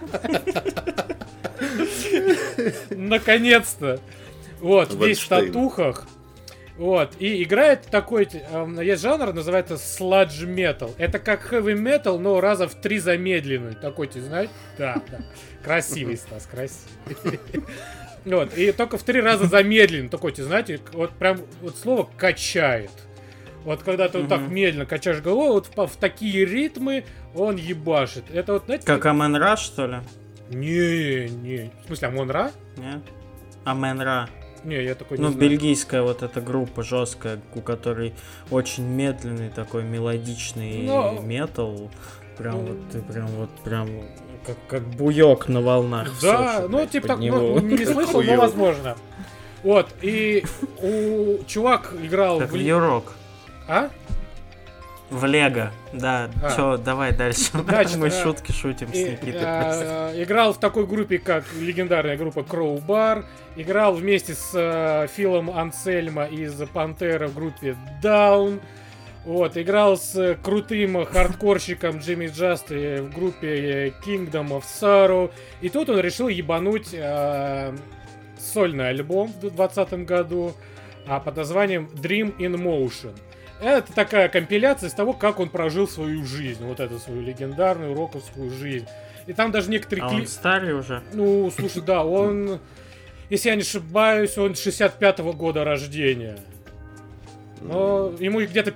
Speaker 3: Наконец-то. Вот, весь в татухах. Вот, и играет такой, есть жанр, называется sludge metal. Это как heavy metal, но раза в 3 замедленный. Такой, ты знаешь? Да. Красивый, Стас, красивый. Вот, и только в 3 раза замедленный. Такой, ты знаете, вот прям вот слово качает. Вот когда ты вот так медленно качаешь головой, вот в такие ритмы он ебашит. Это вот, знаете...
Speaker 2: Как Амон-Ра, что ли?
Speaker 3: Не. В смысле, Амон-Ра?
Speaker 2: Нет. Амон-Ра.
Speaker 3: Не, я такой не
Speaker 2: знаю.
Speaker 3: Ну,
Speaker 2: бельгийская вот эта группа жесткая, у которой очень медленный такой мелодичный метал. Прям как буёк на волнах.
Speaker 3: Да,
Speaker 2: Сочи,
Speaker 3: ну типа так, не слышал, но возможно. Вот, и чувак играл
Speaker 2: в Юрок.
Speaker 3: А?
Speaker 2: В Лего, да. Чё, давай дальше. Значит, мы шутки шутим с Никитой.
Speaker 3: Играл в такой группе, как легендарная группа Crowbar. Играл вместе с Филом Ансельмо из Пантера в группе Down. Вот, играл с крутым хардкорщиком Джимми Джаст в группе Kingdom of Sorrow. И тут он решил ебануть сольный альбом в 2020 году под названием Dream in Motion. Это такая компиляция из того, как он прожил свою жизнь. Вот эту свою легендарную роковскую жизнь. И там даже некоторые
Speaker 2: он старый уже?
Speaker 3: Ну, слушай, да, он... Если я не ошибаюсь, он 65-го года рождения. Но ему где-то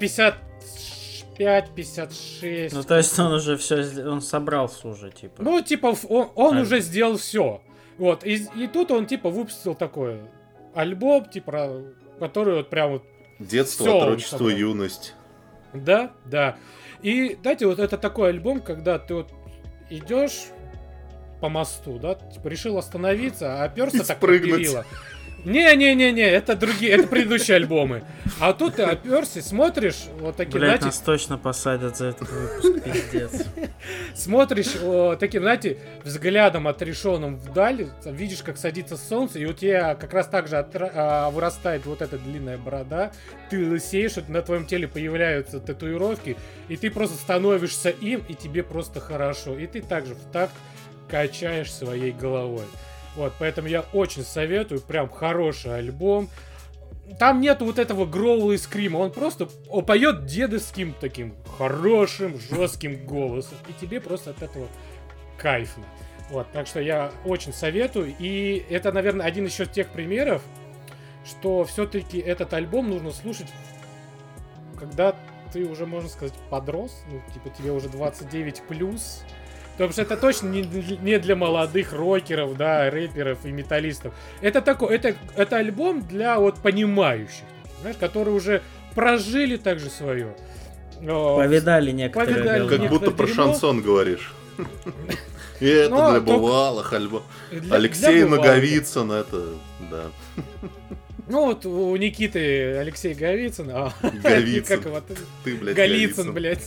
Speaker 3: 55-56.
Speaker 2: Ну, то есть он уже все... Он собрался уже, типа.
Speaker 3: Ну, типа, он уже сделал все. Вот. И тут он, типа, выпустил такой альбом, типа, который вот прям вот...
Speaker 1: Детство, отрочество, юность.
Speaker 3: Да. И, знаете, вот это такой альбом, когда ты вот идешь по мосту, да, типа решил остановиться, а оперся так на перила. Не, это другие, это предыдущие альбомы. А тут ты оперся, смотришь, вот такие,
Speaker 2: знаете... нас точно посадят за этот выпуск, пиздец.
Speaker 3: Смотришь таким, знаете, взглядом отрешенным вдаль, видишь, как садится солнце, и у тебя как раз так же вырастает вот эта длинная борода, ты лысеешь, на твоем теле появляются татуировки, и ты просто становишься им, и тебе просто хорошо. И ты также в такт качаешь своей головой. Вот, поэтому я очень советую, прям хороший альбом. Там нету вот этого гроула и скрима, он поет дедовским таким хорошим, жестким голосом, и тебе просто от этого кайфно. Вот, так что я очень советую, и это, наверное, один еще из тех примеров, что все-таки этот альбом нужно слушать, когда ты уже, можно сказать, подрос, ну, типа тебе уже 29+, потому что это точно не для молодых рокеров, да, рэперов и металлистов. Это такой, это альбом для вот понимающих, знаешь, которые уже прожили также свое.
Speaker 2: Повидали некоторые.
Speaker 1: Как будто про шансон говоришь. И это для бывалых альбом. Алексей Наговицын, это, да.
Speaker 3: Ну вот у Никиты Алексей Говицын.
Speaker 1: Говицын.
Speaker 3: Ты, блядь, Голицын, блядь.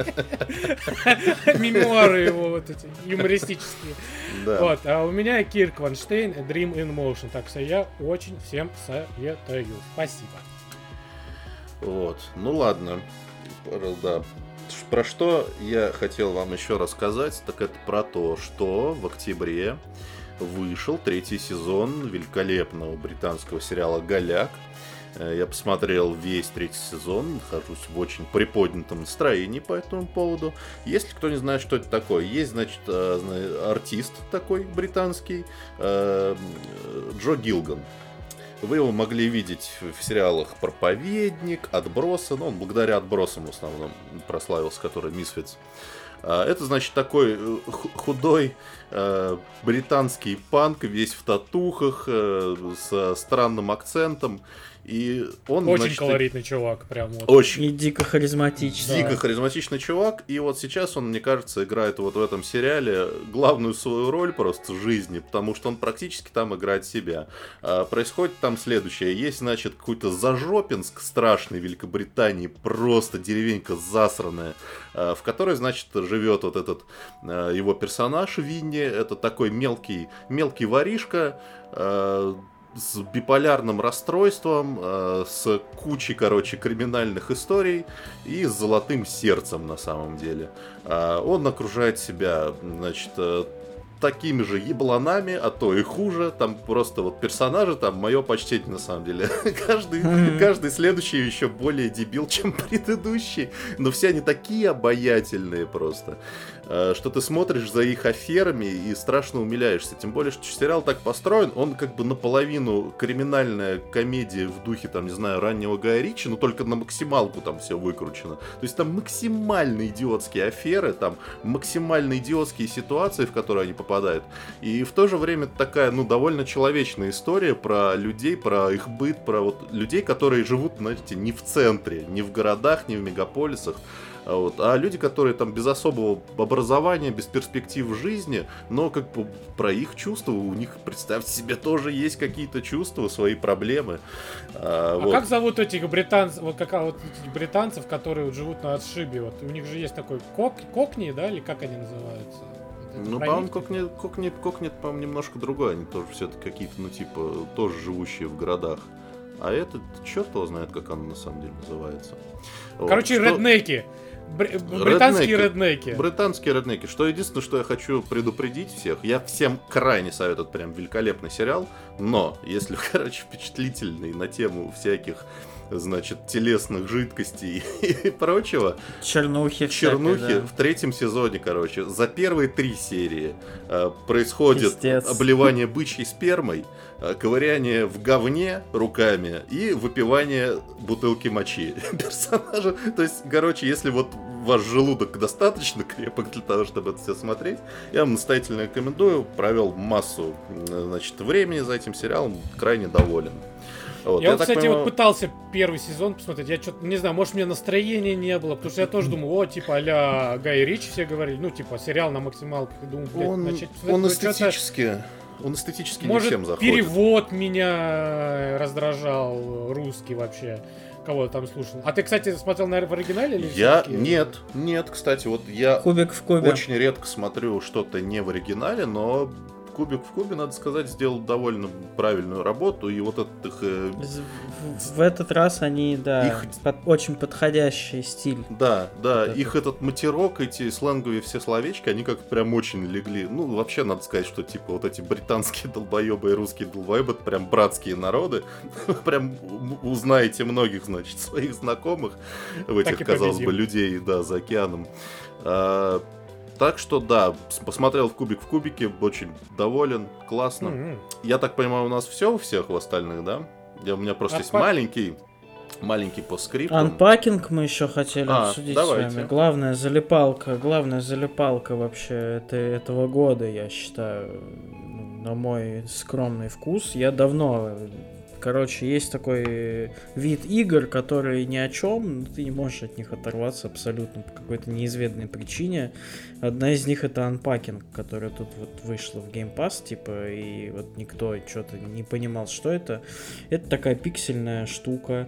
Speaker 3: Мемуары его вот эти юмористические. Да. Вот, а у меня Кирк Винштейн, Dream in Motion. Так что я очень всем советую. Спасибо.
Speaker 1: Вот, ну ладно. Да. Про что я хотел вам еще рассказать, так это про то, что в октябре вышел 3-й сезон великолепного британского сериала «Голяк». Я посмотрел весь 3-й сезон, нахожусь в очень приподнятом настроении по этому поводу. Если кто не знает, что это такое, есть, значит, артист такой британский, Джо Гилган. Вы его могли видеть в сериалах «Проповедник», «Отбросы». Ну, он благодаря «Отбросам» в основном прославился, который «Мисфитс». Это, значит, такой худой британский панк, весь в татухах, со странным акцентом. И он,
Speaker 3: очень,
Speaker 1: значит,
Speaker 3: колоритный чувак, прям вот.
Speaker 2: Очень. И дико харизматичный.
Speaker 1: Дико харизматичный чувак. И вот сейчас он, мне кажется, играет вот в этом сериале главную свою роль просто в жизни, потому что он практически там играет себя. Происходит там следующее. Есть, значит, какой-то Зажопинск страшный в Великобритании, просто деревенька засранная, в которой, значит, живет вот этот его персонаж Винни. Это такой мелкий воришка, с биполярным расстройством, с кучей, короче, криминальных историй и с золотым сердцем на самом деле. Он окружает себя, значит, такими же ебланами, а то и хуже. Там просто вот персонажи, там мое почтение на самом деле. Каждый следующий еще более дебил, чем предыдущий. Но все они такие обаятельные просто, что ты смотришь за их аферами и страшно умиляешься. Тем более, что сериал так построен, он как бы наполовину криминальная комедия в духе, там, не знаю, раннего Гая Ричи, но только на максималку там все выкручено. То есть там максимально идиотские аферы, там максимально идиотские ситуации, в которые они попадают. И в то же время такая, ну, довольно человечная история про людей, про их быт, про вот людей, которые живут, знаете, не в центре, не в городах, не в мегаполисах. Вот. А люди, которые там без особого образования, без перспектив в жизни, но как бы про их чувства, у них, представьте себе, тоже есть какие-то чувства, свои проблемы.
Speaker 3: Вот. Как зовут этих британцев, вот этих британцев, которые вот живут на отшибе? Вот у них же есть такой кокни, да, или как они называются?
Speaker 1: Ну, по-моему, кокнет, по-моему, немножко другой. Они тоже все-таки какие-то, ну, типа, тоже живущие в городах. А этот, черт его знает, как оно на самом деле называется.
Speaker 3: Короче, вот, реднеки. Британские реднеки.
Speaker 1: Британские реднеки. Что единственное, что я хочу предупредить всех, я всем крайне советую, прям великолепный сериал, но если, короче, впечатлительный на тему всяких, значит, телесных жидкостей и прочего.
Speaker 2: Чернухи,
Speaker 1: да. В третьем сезоне, короче, за первые 3 серии происходит обливание бычьей спермой, ковыряние в говне руками и выпивание бутылки мочи персонажа. То есть, короче, если вот ваш желудок достаточно крепок для того, чтобы это все смотреть, я вам настоятельно рекомендую. Провел массу, значит, времени за этим сериалом, крайне доволен.
Speaker 3: Вот, я кстати, понимаю... вот пытался первый сезон посмотреть, я что-то, не знаю, может, у меня настроения не было, потому что я тоже думал, о, типа, а-ля Гай Ричи все говорили, ну, типа, сериал на максималках, и думаю, блядь, начать посмотреть.
Speaker 1: Он эстетически
Speaker 3: может,
Speaker 1: не всем заходит.
Speaker 3: Перевод меня раздражал, русский вообще, кого там слушал. А ты, кстати, смотрел, наверное, в оригинале? Или
Speaker 1: Нет, кстати, вот я
Speaker 2: Кубик в кубе.
Speaker 1: Очень редко смотрю что-то не в оригинале, но... Кубик в кубе, надо сказать, сделал довольно правильную работу, и вот этот их...
Speaker 2: В этот раз они, да, очень подходящий стиль.
Speaker 1: Да, их этот матерок, эти сленговые все словечки, они как прям очень легли. Ну, вообще, надо сказать, что, типа, вот эти британские долбоебы и русские долбоебы, это прям братские народы. Прям узнаете многих, значит, своих знакомых в этих, казалось бы, людей, да, за океаном. Так что, да, посмотрел в кубике, очень доволен, классно. Я так понимаю, у нас все у всех у остальных, да? У меня просто есть маленький постскрипт.
Speaker 2: Анпакинг мы еще хотели обсудить с вами. Главная залипалка вообще этого года, я считаю, на мой скромный вкус. Я давно... Короче, есть такой вид игр, которые ни о чем, но ты не можешь от них оторваться абсолютно по какой-то неизведанной причине. Одна из них — это Unpacking, которая тут вот вышла в Game Pass, типа, и вот никто что-то не понимал, что это. Это такая пиксельная штука,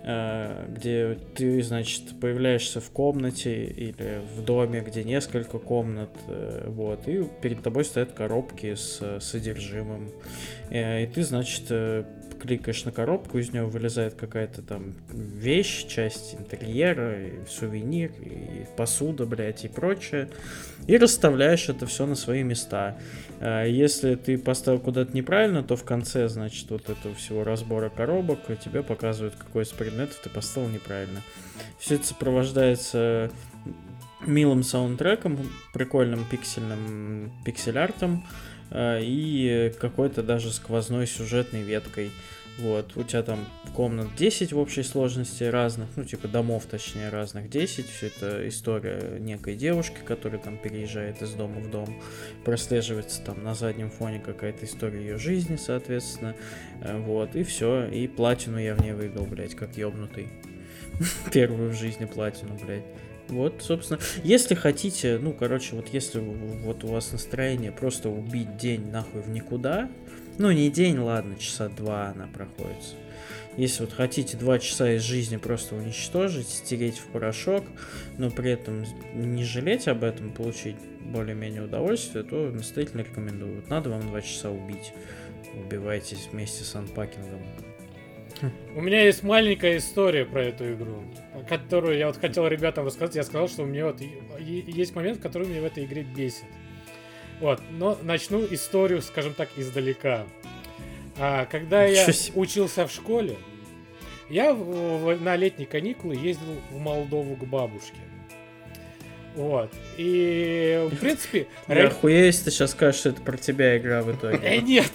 Speaker 2: где ты, значит, появляешься в комнате или в доме, где несколько комнат, вот, и перед тобой стоят коробки с содержимым, и ты, значит, кликаешь на коробку, из нее вылезает какая-то там вещь, часть интерьера, и сувенир, и посуда, блядь, и прочее, и расставляешь это все на свои места. Если ты поставил куда-то неправильно, то в конце, значит, вот этого всего разбора коробок тебе показывают, какой из предметов ты поставил неправильно. Все это сопровождается милым саундтреком, прикольным пиксельным пиксель-артом и какой-то даже сквозной сюжетной веткой. Вот, у тебя там комнат 10 в общей сложности разных, ну, типа домов, точнее, разных 10. Все это история некой девушки, которая там переезжает из дома в дом. Прослеживается там на заднем фоне какая-то история ее жизни, соответственно. Вот, и все. И платину я в ней выиграл, блядь, как ёбнутый. Первую в жизни платину, блядь. Вот, собственно, если хотите, ну, короче, вот если вот у вас настроение просто убить день нахуй в никуда, ну, не день, ладно, часа 2 она проходится. Если вот хотите 2 часа из жизни просто уничтожить, стереть в порошок, но при этом не жалеть об этом, получить более-менее удовольствие, то настоятельно рекомендую. Вот надо вам 2 часа убить. Убивайтесь вместе с анпакингом.
Speaker 3: У меня есть маленькая история про эту игру, которую я вот хотел ребятам рассказать. Я сказал, что у меня вот есть момент, который меня в этой игре бесит. Вот, но начну историю, скажем так, издалека. Когда я учился в школе, я на летние каникулы ездил в Молдову к бабушке. Вот. И, в принципе...
Speaker 2: Я охуею, если ты сейчас скажешь, что это про тебя игра в итоге.
Speaker 3: Нет.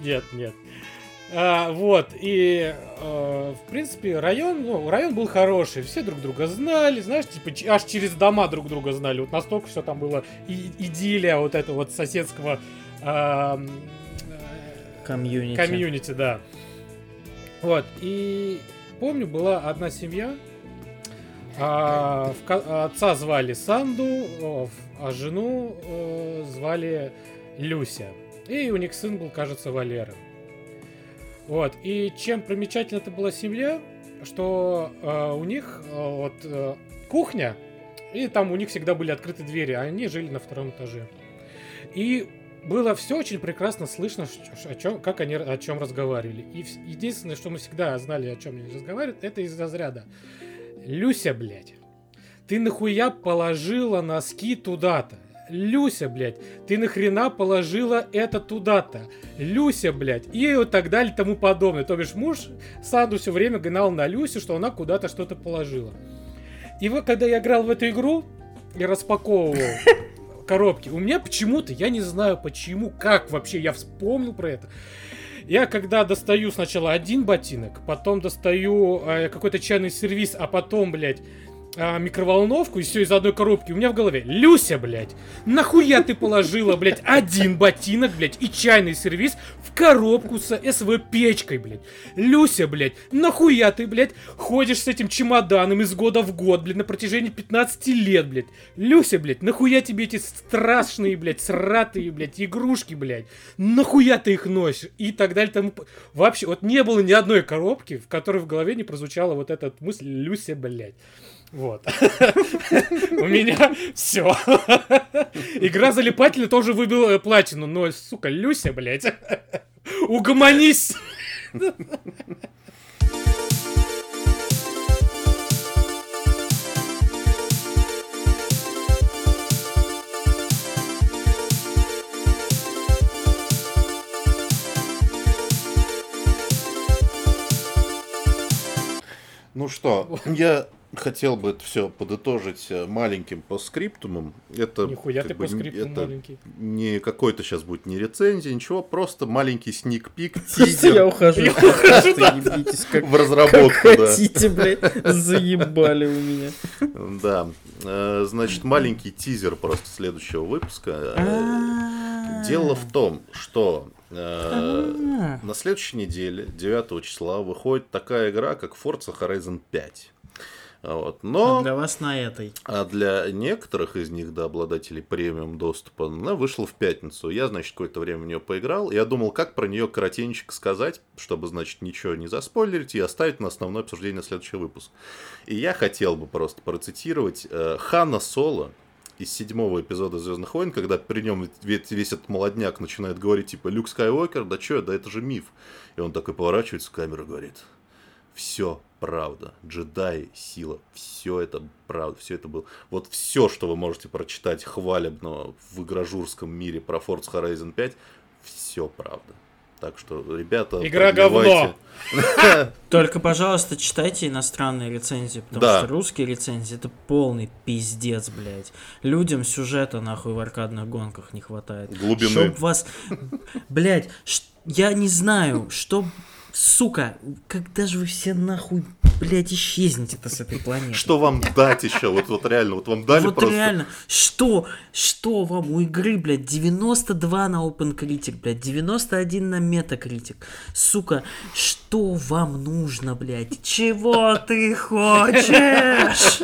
Speaker 3: Вот, и, в принципе, район был хороший, все друг друга знали, знаешь, типа, аж через дома друг друга знали, вот настолько все там было идиллия вот этого вот соседского комьюнити, да. Вот, и помню, была одна семья, отца звали Санду, а жену звали Люся, и у них сын был, кажется, Валера. Вот, и чем примечательна эта была семья, что у них кухня, и там у них всегда были открыты двери, а они жили на 2-м этаже. И было все очень прекрасно слышно, как они о чем разговаривали. И единственное, что мы всегда знали, о чем они разговаривают, это из разряда: Люся, блядь, ты нахуя положила носки туда-то? Люся, блядь, ты нахрена положила это туда-то? Люся, блядь, и вот так далее и тому подобное. То бишь муж Санду все время гнал на Люсю, что она куда-то что-то положила. И вот когда я играл в эту игру и распаковывал коробки, у меня почему-то, я не знаю почему, как вообще я вспомнил про это. Я когда достаю сначала один ботинок, потом достаю какой-то чайный сервиз, а потом, блядь, микроволновку и все из одной коробки. У меня в голове: Люся, блядь, нахуя ты положила, блядь, один ботинок, блядь, и чайный сервиз в коробку с СВ-печкой, блядь? Люся, блядь, нахуя ты, блядь, ходишь с этим чемоданом из года в год, блядь, на протяжении 15 лет, блядь? Люся, блядь, нахуя тебе эти страшные, блядь, сратые, блядь, игрушки, блядь? Нахуя ты их носишь? И так далее, тому... Вообще, вот не было ни одной коробки, в которой в голове не прозвучала вот эта мысль: Люся, блядь. Вот. У меня все. Игра залипательная тоже выбила платину, но, сука, Люся, блядь, угомонись.
Speaker 1: Ну что, я хотел бы это все подытожить маленьким постскриптумом. Это,
Speaker 3: нихуя ты постскриптум маленький.
Speaker 1: Не какой-то сейчас будет не рецензия, ничего, просто маленький сник-пик,
Speaker 2: тизер. Я ухожу.
Speaker 1: В разработку,
Speaker 2: да. Хотите, блядь, заебали у меня.
Speaker 1: Да, значит, маленький тизер просто следующего выпуска. Дело в том, что на следующей неделе, 9 числа, выходит такая игра, как Forza Horizon 5. Вот. Но
Speaker 2: для вас на этой.
Speaker 1: А для некоторых из них, да, обладателей премиум доступа, она вышла в пятницу. Я, значит, какое-то время в нее поиграл. Я думал, как про нее коротенько сказать, чтобы, значит, ничего не заспойлерить и оставить на основное обсуждение на следующий выпуск. И я хотел бы просто процитировать Хана Соло из 7-го эпизода «Звездных войн», когда при нем весь этот молодняк начинает говорить, типа: Люк Скайуокер, да чё, да это же миф. И он такой поворачивается в камеру и говорит: все правда, джедаи, сила, все это правда, все это было. Вот все, что вы можете прочитать хвалебного в игражурском мире про Forza Horizon 5, все правда. Так что, ребята,
Speaker 3: игра говно!
Speaker 2: Только, пожалуйста, читайте иностранные рецензии, потому что русские рецензии — это полный пиздец, блядь. Людям сюжета, нахуй, в аркадных гонках не хватает.
Speaker 1: Глубины.
Speaker 2: Чтоб вас... Блядь, я не знаю, что... сука, когда же вы все нахуй, блядь, исчезнете-то с этой планеты?
Speaker 1: Что вам дать еще? Вот реально, вот вам дали
Speaker 2: вот
Speaker 1: просто...
Speaker 2: реально, что вам у игры, блядь, 92 на OpenCritic, блядь, 91 на Metacritic. Сука, что вам нужно, блядь? Чего ты хочешь?